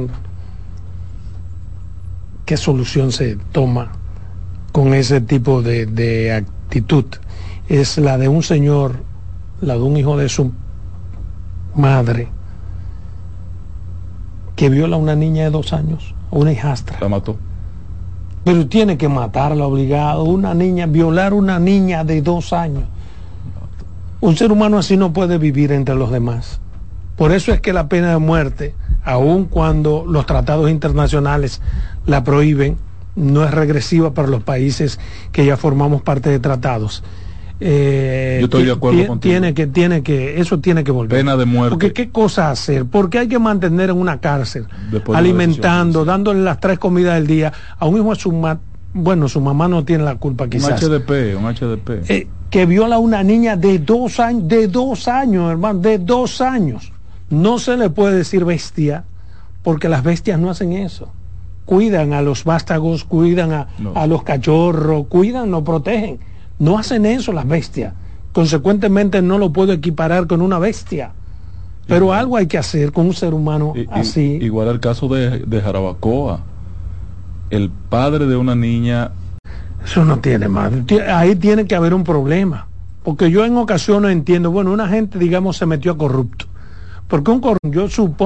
qué solución se toma con ese tipo de, de actitud es la de un señor, la de un hijo de su madre que viola a una niña de dos años, una hijastra. La mató. Pero tiene que matarla obligado, una niña, violar a una niña de dos años. Un ser humano así no puede vivir entre los demás. Por eso es que la pena de muerte, aun cuando los tratados internacionales la prohíben, no es regresiva para los países que ya formamos parte de tratados. Eh, Yo estoy de acuerdo tiene, contigo. Tiene que, tiene que, eso tiene que volver. Pena de muerte. Porque qué cosa hacer, porque hay que mantener en una cárcel, Después alimentando, de dándole las tres comidas del día a un hijo de su ma bueno, su mamá no tiene la culpa quizás. Un H D P, un H D P. Eh, que viola a una niña de dos años, de dos años, hermano, de dos años. No se le puede decir bestia, porque las bestias no hacen eso. Cuidan a los vástagos, cuidan a, No. a los cachorros, cuidan, no protegen. No hacen eso las bestias. Consecuentemente no lo puedo equiparar con una bestia. Pero Igual. algo hay que hacer con un ser humano I- i- así. Igual el caso de, de Jarabacoa. El padre de una niña. Eso no tiene más. Tie- Ahí tiene que haber un problema. Porque yo en ocasiones entiendo, bueno, una gente, digamos, se metió a corrupto. Porque un corrupto, yo supongo